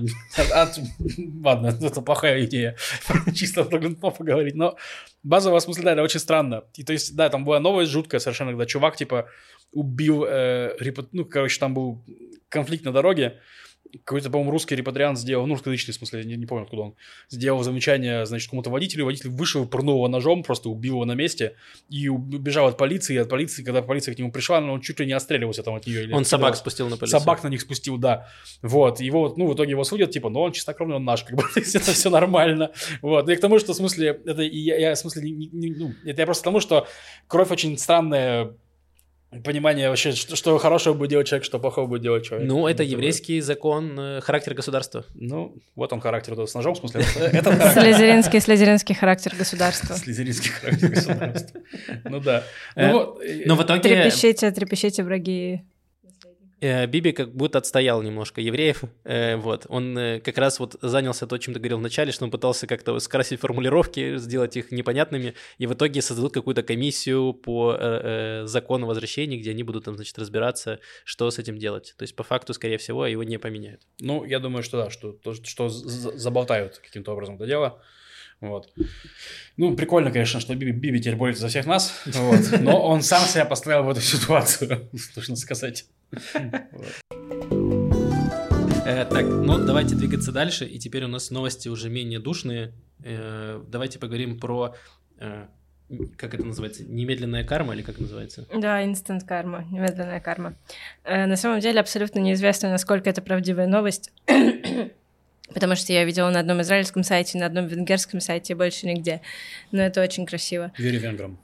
ладно, это плохая идея, чисто про Голькнопфа говорить, но базового смысла, да, это очень странно. И то есть, да, там была новость жуткая совершенно, когда чувак, типа, убил, э, репут... ну, короче, там был конфликт на дороге, какой-то, по-моему, русский репатриант сделал, ну, русскоязычный, в смысле, не, не помню, откуда он, сделал замечание, значит, кому-то водителю, водитель вышел, пырнул его ножом, просто убил его на месте и убежал от полиции, и от полиции, когда полиция к нему пришла, он чуть ли не отстреливался там от нее. Он собак спустил на полицию. Собак на них спустил, да. Вот, его, ну, в итоге его судят, типа, ну, он чистокровный, он наш, как бы, это все нормально. Вот, и к тому, что, в смысле, это, я, я в смысле, не, не, ну, это я просто к тому, что кровь очень странная, понимание вообще, что, что хорошего будет делать человек, что плохого будет делать человек. Ну, это еврейский закон, э, характер государства. Ну, вот он характер вот, с ножом, в смысле. Это Слизеринский, слизеринский характер государства. Слизеринский характер государства. Ну да. Но в итоге... Трепещите, трепещите, враги. Биби как будто отстоял немножко евреев, э, вот, он э, как раз вот занялся то, чем ты говорил в начале, что он пытался как-то скрасить формулировки, сделать их непонятными, и в итоге создадут какую-то комиссию по э, э, закону возвращения, где они будут там, значит, разбираться, что с этим делать, то есть по факту, скорее всего, его не поменяют. Ну, я думаю, что да, что, что заболтают каким-то образом это дело. Вот. Ну, прикольно, конечно, что Биби, Биби теперь борется за всех нас, вот. Но он сам себя поставил в эту ситуацию, нужно сказать. Вот. Э, так, ну давайте двигаться дальше, и теперь у нас новости уже менее душные. Э, давайте поговорим про, э, как это называется, немедленная карма или как называется? Да, instant карма, немедленная карма. Э, на самом деле абсолютно неизвестно, насколько это правдивая новость. Потому что я видела на одном израильском сайте, на одном венгерском сайте, больше нигде. Но это очень красиво. Верю венграм.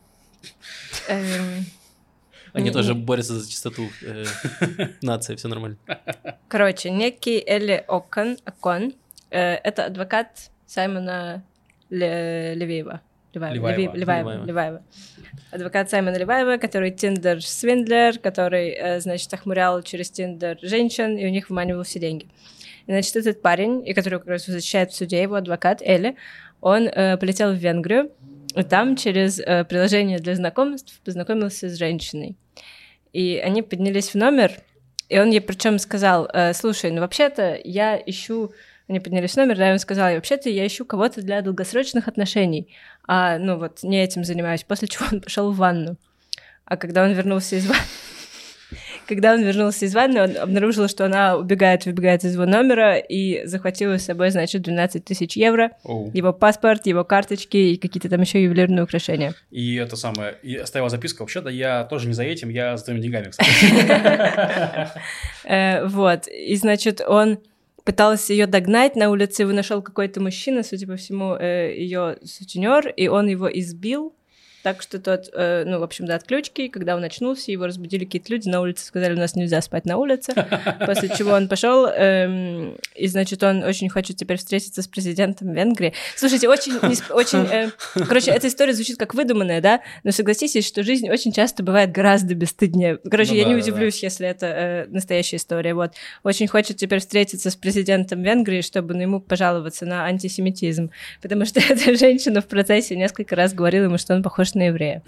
Эм... Они не, тоже не... борются за чистоту э, нации, все нормально. Короче, некий Эли Окон, Окон э, это адвокат Саймона Ле... Левиева. Леваева. Леваева. Леваева. Леваева. Леваева. Адвокат Саймона Леваева, который тиндер-свиндлер, который, э, значит, охмурял через тиндер женщин и у них выманивал все деньги. И, значит, этот парень, и который как раз защищает в суде, его адвокат Эли, он э, полетел в Венгрию, и там через э, приложение для знакомств познакомился с женщиной. И они поднялись в номер, и он ей причем сказал, э, слушай, ну вообще-то я ищу... Они поднялись в номер, да, и он сказал, вообще-то я ищу кого-то для долгосрочных отношений, а, ну вот, не этим занимаюсь, после чего он пошел в ванну. А когда он вернулся из ванны... Когда он вернулся из ванны, он обнаружил, что она убегает, выбегает из его номера и захватила с собой, значит, двенадцать тысяч евро, oh. его паспорт, его карточки и какие-то там еще ювелирные украшения. И это самое, и оставила записку, вообще-то я тоже не за этим, я за твоими деньгами, кстати. Вот, и, значит, он пытался ее догнать на улице, его нашел какой-то мужчина, судя по всему, ее сутенер, и он его избил. Так что тот, э, ну, в общем, до отключки, когда он очнулся, его разбудили какие-то люди на улице, сказали, у нас нельзя спать на улице, после чего он пошел, эм, и, значит, он очень хочет теперь встретиться с президентом Венгрии. Слушайте, очень, очень, э, короче, эта история звучит как выдуманная, да, но согласитесь, что жизнь очень часто бывает гораздо бесстыднее. Короче, ну, я да, не удивлюсь, да. если это э, настоящая история, вот. Очень хочет теперь встретиться с президентом Венгрии, чтобы ну, ему пожаловаться на антисемитизм, потому что эта женщина в процессе несколько раз говорила ему, что он похож на еврея.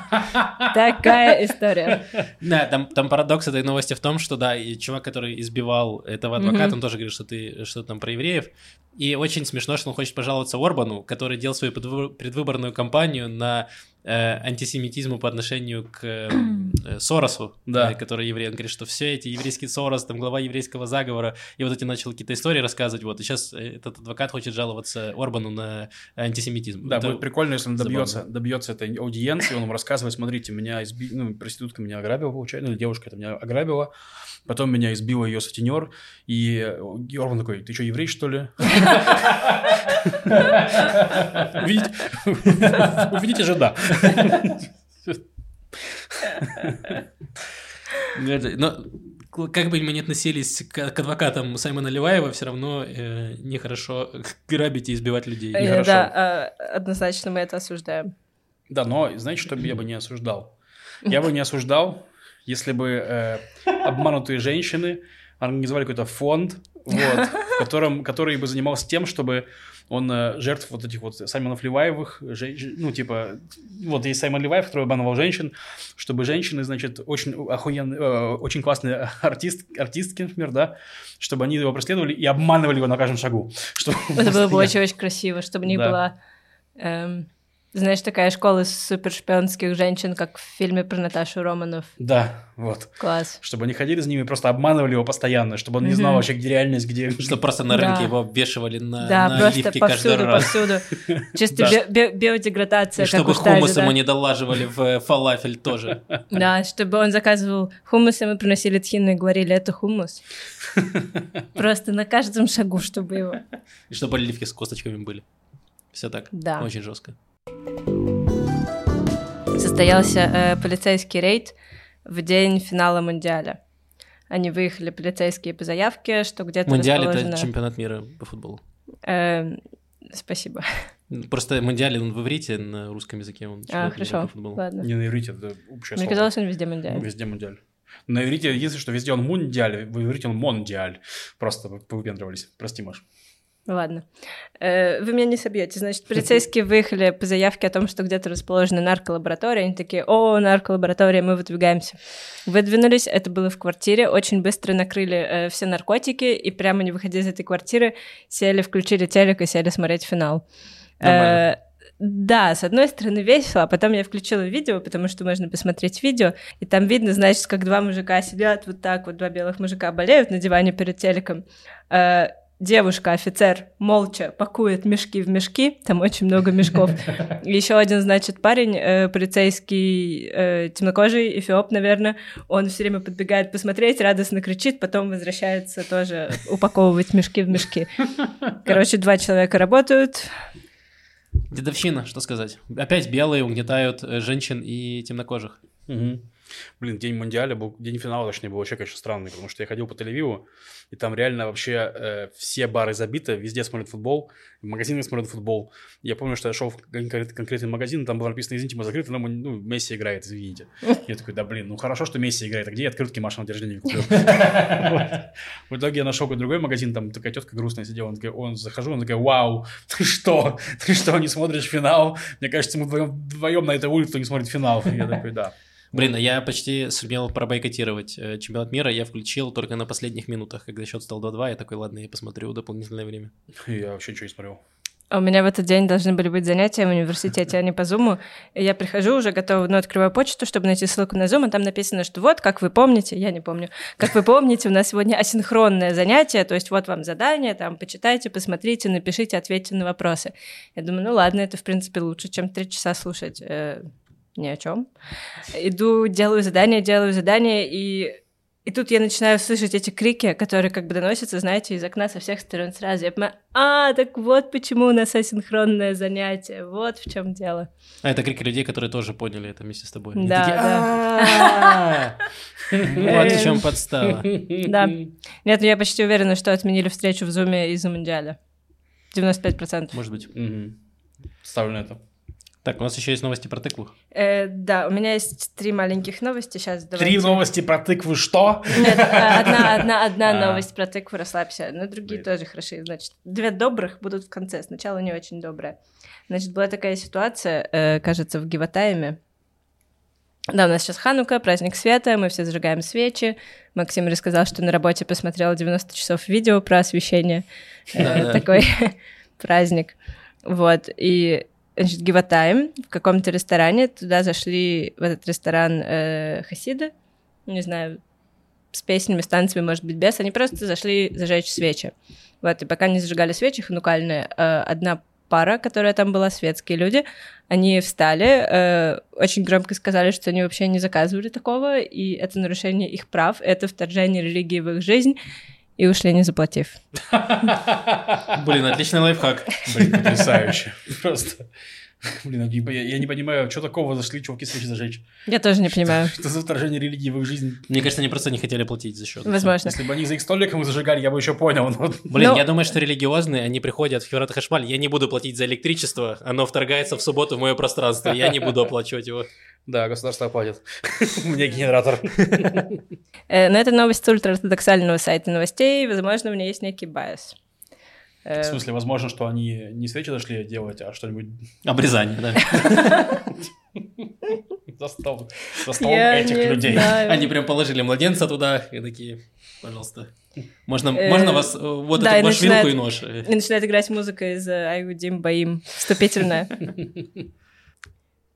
Такая история. Да, там, там парадокс этой новости в том, что, да, и чувак, который избивал этого адвоката, mm-hmm. он тоже говорит, что ты что-то там про евреев. И очень смешно, что он хочет пожаловаться Орбану, который делал свою предвыборную кампанию на э, антисемитизму по отношению к э, Соросу, да. э, который еврей. Он говорит, что все эти еврейские Сорос, там глава еврейского заговора, и вот эти начал какие-то истории рассказывать, вот, и сейчас этот адвокат хочет жаловаться Орбану на антисемитизм. Да, это будет прикольно, если он добьется, добьется этой аудиенции, он ему рассказывает, смотрите, меня изби... ну, проститутка меня ограбила, получается, ну, девушка это меня ограбила, потом меня избила ее сутенер, и Орбан такой, ты что, еврей, что ли? Увидите же, да. Но как бы мы ни относились к, к адвокатам Саймона Леваева, все равно э, нехорошо грабить и избивать людей. Э, да, э, однозначно мы это осуждаем. Да, но знаете, что я бы не осуждал? Я бы не осуждал, если бы э, обманутые женщины организовали какой-то фонд, вот, в котором, который бы занимался тем, чтобы он э, жертв вот этих вот Саймонов Леваевых, женщин, ну, типа, вот есть Саймон Леваев, который обманывал женщин, чтобы женщины, значит, очень охуенные, э, очень классные артист, артистки, например, да, чтобы они его преследовали и обманывали его на каждом шагу. Это было бы очень-очень красиво, чтобы не было... Знаешь, такая школа супершпионских женщин, как в фильме про Наташу Романов. Да, вот. Класс. Чтобы они ходили за ними, просто обманывали его постоянно, чтобы он не знал вообще, где реальность, где... Чтобы просто на рынке Да. его обвешивали на, Да, на просто оливки каждый повсюду, раз. повсюду. Чисто Да. би- би- биодеградация, И как чтобы у Стали, хумус да. ему не долаживали в э, фалафель тоже. Да, чтобы он заказывал хумус, и мы приносили тхину и говорили, это хумус. Просто на каждом шагу, чтобы его... И чтобы оливки с косточками были. Все так. Да. Очень жестко. Состоялся э, полицейский рейд в день финала Мундиаля. Они выехали, полицейские, по заявке, что где-то Мундиаль — расположено... это чемпионат мира по футболу. Э, спасибо. Просто Мундиаль, он в иврите на русском языке. Он А, чемпионат мира хорошо, по футболу. ладно. Не на иврите, это общее Мне слово. казалось, он везде Ну, Мундиаль. везде мундиаль. На иврите, единственное, что везде он мундиаль, в иврите он мондиаль. Просто вы повыпендривались. Прости, Маш. Ладно. Э, Вы меня не собьете. Значит, полицейские выехали по заявке о том, что где-то расположена нарколаборатория. Они такие, о, нарколаборатория, мы выдвигаемся. Выдвинулись, это было в квартире, очень быстро накрыли э, все наркотики, и прямо не выходя из этой квартиры, сели, включили телек и сели смотреть финал. Нормально. Э, Да, с одной стороны весело, а потом я включила видео, потому что можно посмотреть видео, и там видно, значит, как два мужика сидят вот так, вот два белых мужика болеют на диване перед телеком. Э, Девушка, офицер, молча пакует мешки в мешки, там очень много мешков. Еще один, значит, парень, э, полицейский, э, темнокожий, эфиоп, наверное, он все время подбегает посмотреть, радостно кричит, потом возвращается тоже упаковывать мешки в мешки. Короче, два человека работают. Дедовщина, что сказать. Опять белые угнетают э, женщин и темнокожих. Угу. Блин, день Мундиаля был, день финала, точнее, был вообще, конечно, странный, потому что я ходил по Тель-Авиву, и там реально вообще э, все бары забиты, везде смотрят футбол, в магазинах смотрят футбол. Я помню, что я шел в конкрет- конкретный магазин, там было написано, извините, мы закрыты, но мы, ну, Месси играет, извините. Я такой, да блин, ну хорошо, что Месси играет, а где я открытки Маши на день рождения купил? В итоге я нашел какой-то другой магазин, там такая тетка грустная сидела, он такой, он захожу, он такой, вау, ты что? Ты что, не смотришь финал? Мне кажется, мы вдвоем на этой улице не смотрит финал. Я такой, да. Блин, а я почти сумел пробойкотировать э, чемпионат мира, я включил только на последних минутах, когда счет стал два-два, я такой, ладно, я посмотрю дополнительное время. Я вообще ничего не смотрел. А у меня в этот день должны были быть занятия в университете, а не по Зуму. И я прихожу уже готова, ну, открываю почту, чтобы найти ссылку на Зум, и там написано, что вот, как вы помните, я не помню, как вы помните, у нас сегодня асинхронное занятие, то есть вот вам задание, там, почитайте, посмотрите, напишите, ответьте на вопросы. Я думаю, ну ладно, это, в принципе, лучше, чем три часа слушать э, ни о чем. Иду, делаю задание, делаю задание, и... И тут я начинаю слышать эти крики, которые как бы доносятся, знаете, из окна со всех сторон сразу. Я понимаю, а, так вот почему у нас асинхронное занятие, вот в чем дело. А это крики людей, которые тоже поняли это вместе с тобой. Да, Они такие, да. «А-а-а!» Вот в чем подстава. Да. Нет, ну я почти уверена, что отменили встречу в Зуме из-за Мундиаля. девяносто пять процентов. Может быть. Ставлю на это. Так, у нас еще есть новости про тыкву. Э, да, у меня есть три маленьких новости сейчас. Три давайте. новости про тыквы, что? Нет, а, одна, одна, одна А. новость про тыкву, расслабься, но другие Блин. тоже хорошие. Значит, две добрых будут в конце, сначала не очень добрая. Значит, была такая ситуация, э, кажется, в Гиватайме. Да, у нас сейчас Ханука, праздник света, мы все зажигаем свечи. Максим рассказал, что на работе посмотрел девяносто часов видео про освещение. Э, Да-да. Такой праздник. Вот, и... Значит, Гиватайм, в каком-то ресторане, туда зашли, в этот ресторан э, хасиды, не знаю, с песнями, с танцами, может быть, без, они просто зашли зажечь свечи. Вот, и пока не зажигали свечи ханукальные, э, одна пара, которая там была, светские люди, они встали, э, очень громко сказали, что они вообще не заказывали такого, и это нарушение их прав, это вторжение религии в их жизнь, и ушли, не заплатив. Блин, отличный лайфхак. Блин, потрясающе. Просто. Блин, я, я не понимаю, что такого зашли чуваки свечи зажечь. Я тоже не понимаю. Что за вторжение религии в их жизнь? Мне кажется, они просто не хотели платить за счет. Возможно. Если бы они за их столиком зажигали, я бы еще понял. Но... Блин, Но- я думаю, что религиозные, они приходят в Хеврат Хашмаль, я не буду платить за электричество, оно вторгается в субботу в мое пространство, я не буду оплачивать его. Да, государство оплатит. Мне генератор. Э, Но это новость с ультраортодоксального сайта новостей, возможно, у меня есть некий байс. Э, В смысле, возможно, что они не свечи зашли делать, а что-нибудь Обрезание, да. за стол- за столом я этих не людей. знаю. Они прям положили младенца туда и такие, пожалуйста, можно, Э, можно вас, э, вот да, и эту вашу начинает- вилку и нож. И начинает играть музыка из э, Айудим Баим, вступительная.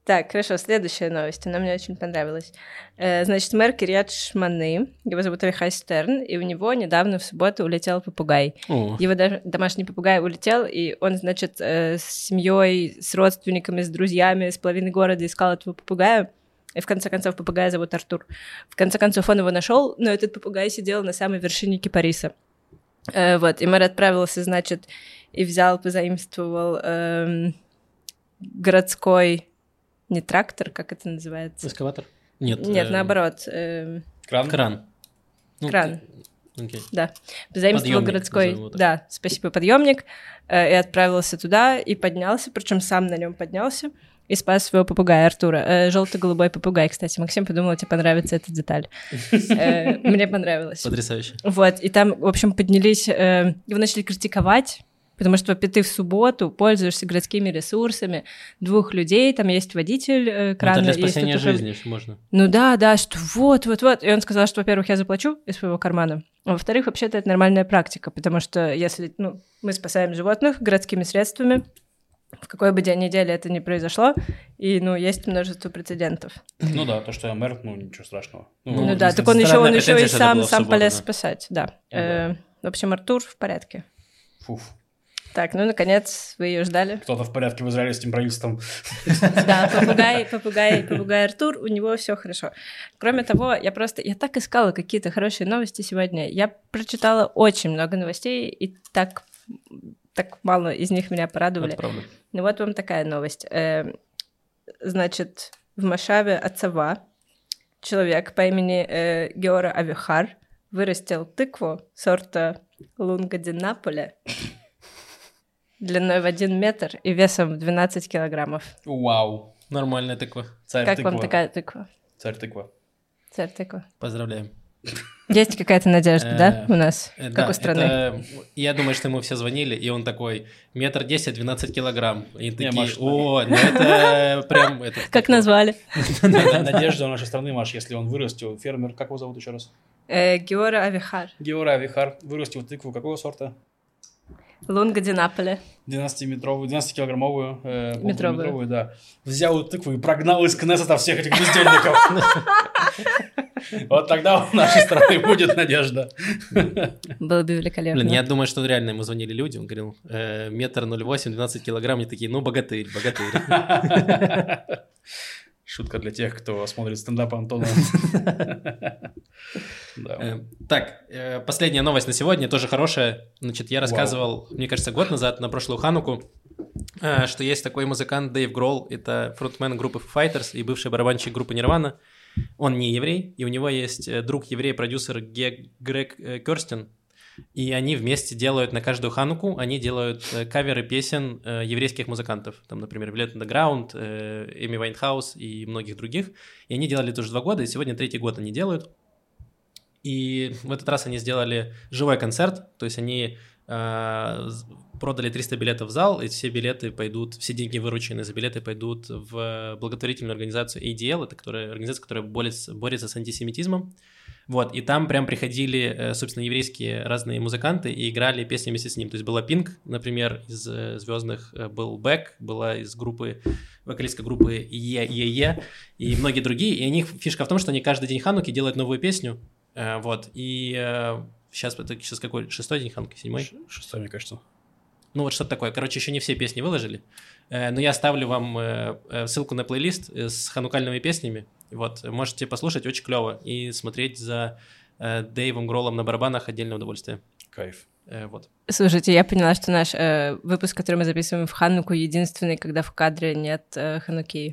Так, хорошо, следующая новость, она мне очень понравилась. Э, значит, мэр Кирьят Шманы, его зовут Авихай Стерн, и у него недавно в субботу улетел попугай. О. Его даже домашний попугай улетел, и он, значит, э, с семьей, с родственниками, с друзьями, с половиной города искал этого попугая. И в конце концов попугая зовут Артур. В конце концов он его нашел, но этот попугай сидел на самой вершине кипариса. Э, вот, и мэр отправился, значит, и взял, позаимствовал э, городской... Не трактор, как это называется? Эскаватор? Нет. Нет, э, наоборот. Э, Кран? Кран. Ну, кран. ты- окей. Да. Позаимствовал Подъемник, городской. назовем его так. Да, спасибо, подъемник. Э, и отправился туда и поднялся, причем сам на нем поднялся и спас своего попугая Артура. Э, желто-голубой попугай, кстати. Максим, подумала, тебе понравится эта деталь. Э, Мне понравилось. Потрясающе. Вот, и там, в общем, поднялись, э, его начали критиковать, потому что ты в субботу пользуешься городскими ресурсами двух людей, там есть водитель э, Ну, крана. это для есть спасения тут уже- жизни, что можно. Ну да, да, что вот, вот, вот. И он сказал, что, во-первых, я заплачу из своего кармана, а во-вторых, вообще-то это нормальная практика, потому что если, ну, мы спасаем животных городскими средствами, в какой бы день недели это ни произошло, и, ну, есть множество прецедентов. Ну да, то, что я мэр, ну ничего страшного. Ну, Ну, да, если так он еще, странная он еще и претензия, что это сам, было в сам субботу, полез да. спасать, да. Ну Э, в общем, Артур в порядке. Фуф. Так, ну, наконец, вы ее ждали. Кто-то в порядке в Израиле с этим правительством. Да, попугай, попугай, попугай Артур, у него все хорошо. Кроме того, я просто, я так искала какие-то хорошие новости сегодня. Я прочитала очень много новостей, и так, так мало из них меня порадовали. Это правда. Ну вот вам такая новость. Э, Значит, в Машаве Ацава человек по имени э, Геора Авихар вырастил тыкву сорта Лунгадинаполя длиной в один метр и весом в двенадцать килограммов. Вау. Нормальная тыква. Царь Как тыква. вам такая тыква? Царь тыква. Царь тыква. Поздравляем. Есть какая-то надежда, да, у нас, Э, как да, у страны? это- Я думаю, что ему все звонили, и он такой, метр десять, двенадцать килограмм. И такие, Маш, о, ну это прям... это- Как назвали? Надежда нашей страны, Маш, если он вырастил. Фермер, как его зовут еще раз? Э, Геора Авихар, Геора Авихар вырастил тыкву какого сорта? Лунгадинаполя. двенадцатиметровую, двенадцатикилограммовую, э, Метровую. полуметровую, да. Взял тыкву и прогнал из Кнессета всех этих бездельников. Вот тогда у нашей страны будет надежда. Было бы великолепно. Блин, я думаю, что реально ему звонили люди, он говорил, э, метр ноль восемь, двенадцать килограмм, и такие, ну, богатырь, богатырь. Шутка для тех, кто смотрит стендап Антона. Да. Э, Так, э, последняя новость на сегодня, тоже хорошая. Значит, я рассказывал, мне кажется, год назад, на прошлую Хануку, э, что есть такой музыкант Дэйв Гролл, это фронтмен группы Foo Fighters и бывший барабанщик группы Nirvana. Он не еврей, и у него есть э, друг еврей-продюсер Ге- Грег э, Кёрстен, и они вместе делают на каждую Хануку, они делают э, каверы песен э, еврейских музыкантов, там, например, Velvet Underground, э, Эми Вайнхаус и многих других, и они делали это уже два года, и сегодня третий год они делают. И в этот раз они сделали живой концерт, то есть они э, продали триста билетов в зал, и все билеты пойдут, все деньги, вырученные за билеты, пойдут в благотворительную организацию эй ди эл, это которая, организация, которая борется, борется с антисемитизмом. Вот, и там прям приходили, э, собственно, еврейские разные музыканты и играли песни вместе с ним. То есть была Пинк, например, из э, «Звездных», э, был Бэк, была из группы, вокалистка группы Е-Е-Е, и многие другие. И у них фишка в том, что они каждый день Хануки делают новую песню. Э, вот, и э, сейчас, это сейчас какой? Шестой день Хануки? Седьмой? Ш- Шестой, мне кажется. Ну вот что-то такое. Короче, еще не все песни выложили. Э, но я оставлю вам э, э, ссылку на плейлист э, с ханукальными песнями. Вот, можете послушать, очень клево. И смотреть за э, Дэйвом Гроллом на барабанах отдельное удовольствие. Кайф. Э, вот. Слушайте, я поняла, что наш э, выпуск, который мы записываем в Хануку, единственный, когда в кадре нет э, Хануки.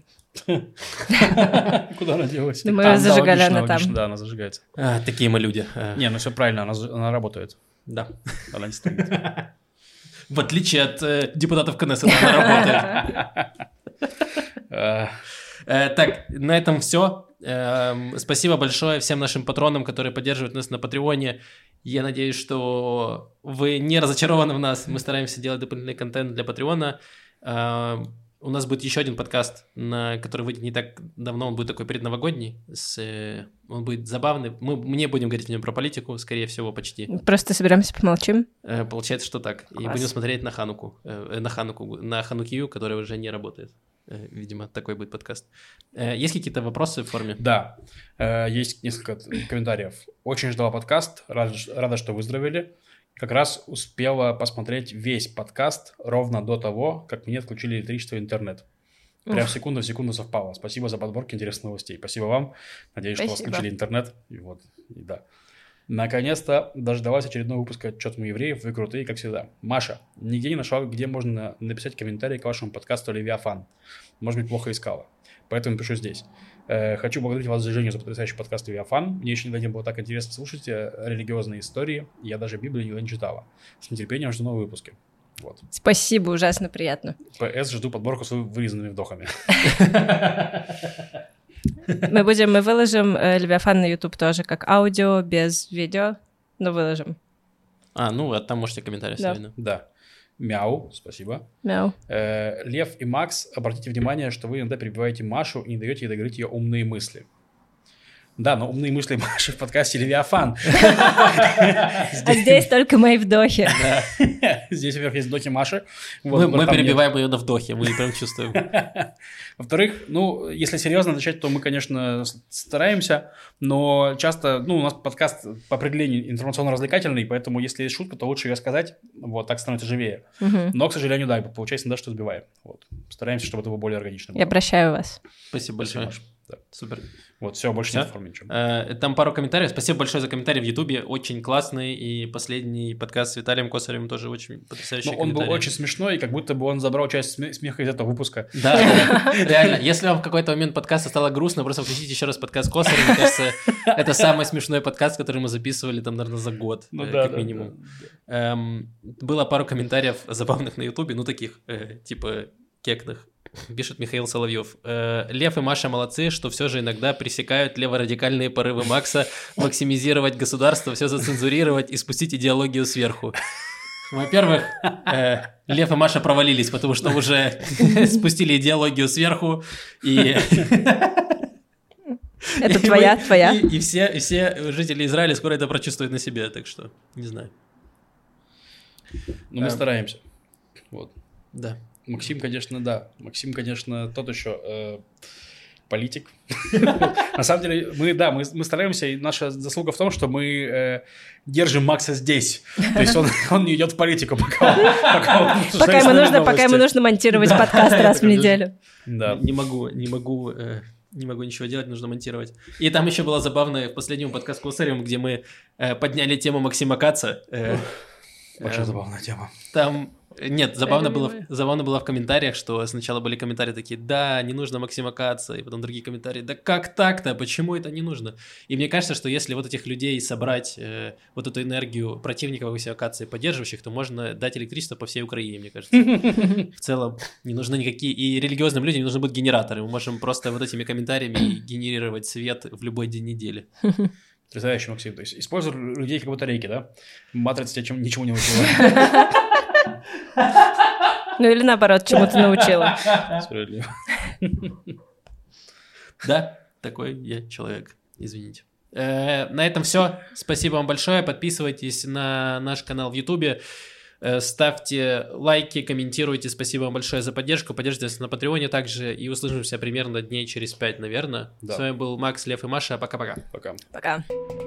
Куда она делась? Ну, мы А, да, зажигали логично, она там. логично, да, она зажигается. А, такие мы люди. Э, Не, ну все правильно, она, за- она работает. Да. Она не стоит. В отличие от э, депутатов Кнессета, она работает. А, Э, Так, на этом все. Спасибо большое всем нашим патронам, которые поддерживают нас на Патреоне. Я надеюсь, что вы не разочарованы в нас. Мы стараемся делать дополнительный контент для Патреона. Э, У нас будет еще один подкаст, на который выйдет не так давно. Он будет такой предновогодний. С, э, он будет забавный. Мы не будем говорить в нем про политику, скорее всего, почти. Просто соберемся, помолчим. Э, Получается, что так. И Класс. будем смотреть на Хануку, э, на Хануку, на Ханукию, которая уже не работает. Э, видимо, такой будет подкаст. Э, есть какие-то вопросы в форме? Да, э, есть несколько комментариев. Очень ждала подкаст, рада, рада, что выздоровели. Как раз успела посмотреть весь подкаст ровно до того, как мне отключили электричество и интернет. Прям секунда в секунду совпало. Спасибо за подборки интересных новостей. Спасибо вам. Надеюсь, Спасибо. что у вас включили интернет. И вот, и да. Наконец-то дождалась очередного выпуска «Чё-то мы евреев». Вы крутые, как всегда. Маша, нигде не нашла, где можно написать комментарий к вашему подкасту «Левиафан». Может быть, плохо искала. Поэтому пишу здесь. Э, хочу благодарить вас за Женю за потрясающий подкаст «Левиафан». Мне еще никогда не было так интересно слушать э, религиозные истории. Я даже Библию никогда не читала. С нетерпением жду новые выпуски. Вот. Спасибо, ужасно приятно. ПС, жду подборку с вырезанными вдохами. Мы будем, мы выложим э, Левиафан на YouTube тоже, как аудио, без видео, но выложим. А, ну, а там можете комментарии Да. оставить. Да. Мяу, спасибо. Мяу. Э, Лев и Макс, обратите внимание, что вы иногда перебиваете Машу и не даете ей договорить ее умные мысли. Да, но умные мысли Маши в подкасте «Левиафан». А здесь только мои вдохи. Здесь вверх есть вдохи Маши. Мы, мы перебиваем ее на вдохе, мы прям чувствуем. Во-вторых, ну, если серьезно начать, то мы, конечно, стараемся, но часто, ну, у нас подкаст по определению информационно-развлекательный, поэтому если есть шутка, то лучше ее сказать, вот, так становится живее. Мгм. Но, к сожалению, да, получается, да, что сбиваем. Вот. Стараемся, чтобы это было более органично. Я прощаю вас. Спасибо большое. Маша. Да. Супер. Вот, все, больше Всё? нет формы ничего. Э, Там пару комментариев. Спасибо большое за комментарии в Ютубе. Очень классный. И последний подкаст с Виталием Косаревым тоже очень потрясающий Ну, он был комментарий. очень смешной, и как будто бы он забрал часть сме- смеха из этого выпуска. Да, да, реально. Если вам в какой-то момент подкаста стало грустно, просто включите еще раз подкаст Косарева. Мне кажется, это самый смешной подкаст, который мы записывали там, наверное, за год, Ну э, да, как да, минимум. Эм, Было пару комментариев забавных на Ютубе, ну, таких, э, типа, кекных. Пишет Михаил Соловьев. Э, Лев и Маша молодцы, что все же иногда пресекают леворадикальные порывы Макса максимизировать государство, все зацензурировать и спустить идеологию сверху. Во-первых, э, Лев и Маша провалились, потому что уже спустили идеологию сверху, и... Это и твоя, мы- твоя. И, и все, и все жители Израиля скоро это прочувствуют на себе, так что не знаю. Но мы Эм. стараемся. Вот. Да. Максим, конечно, да. Максим, конечно, тот еще э, политик. На самом деле, мы, да, мы, мы стараемся, и наша заслуга в том, что мы э, держим Макса здесь. То есть он, он не идет в политику, пока он, пока он обсуждает Пока ему с нами нужно, пока ему новости. нужно монтировать подкаст раз в неделю. Да. Не могу, не могу, э, не могу ничего делать, нужно монтировать. И там еще было забавно в последнем подкасте с Косаревым, где мы э, подняли тему Максима Каца. Э, Очень э, забавная тема. Там... Нет, забавно было, любимая. забавно было в комментариях, что сначала были комментарии такие: да, не нужно Максима Каца, и потом другие комментарии: да как так-то, почему это не нужно? И мне кажется, что если вот этих людей собрать, э, вот эту энергию противников Максима Каца и поддерживающих, то можно дать электричество по всей Украине, мне кажется. В целом не нужны никакие... И религиозным людям не нужны будут генераторы, мы можем просто вот этими комментариями генерировать свет в любой день недели. Потрясающий, Максим. То есть используй людей как батарейки, да? Матрица тебя чем, ничего не учила. Ну или наоборот, чему-то научила. Справедливо. Да, такой я человек, извините. Э, на этом все. Спасибо вам большое. Подписывайтесь на наш канал в Ютубе. Э, ставьте лайки, комментируйте. Спасибо вам большое за поддержку. Поддержите нас на Патреоне также. И услышимся примерно дней через пять, наверное. Да. С вами был Макс, Лев и Маша. Пока-пока. Пока. Пока.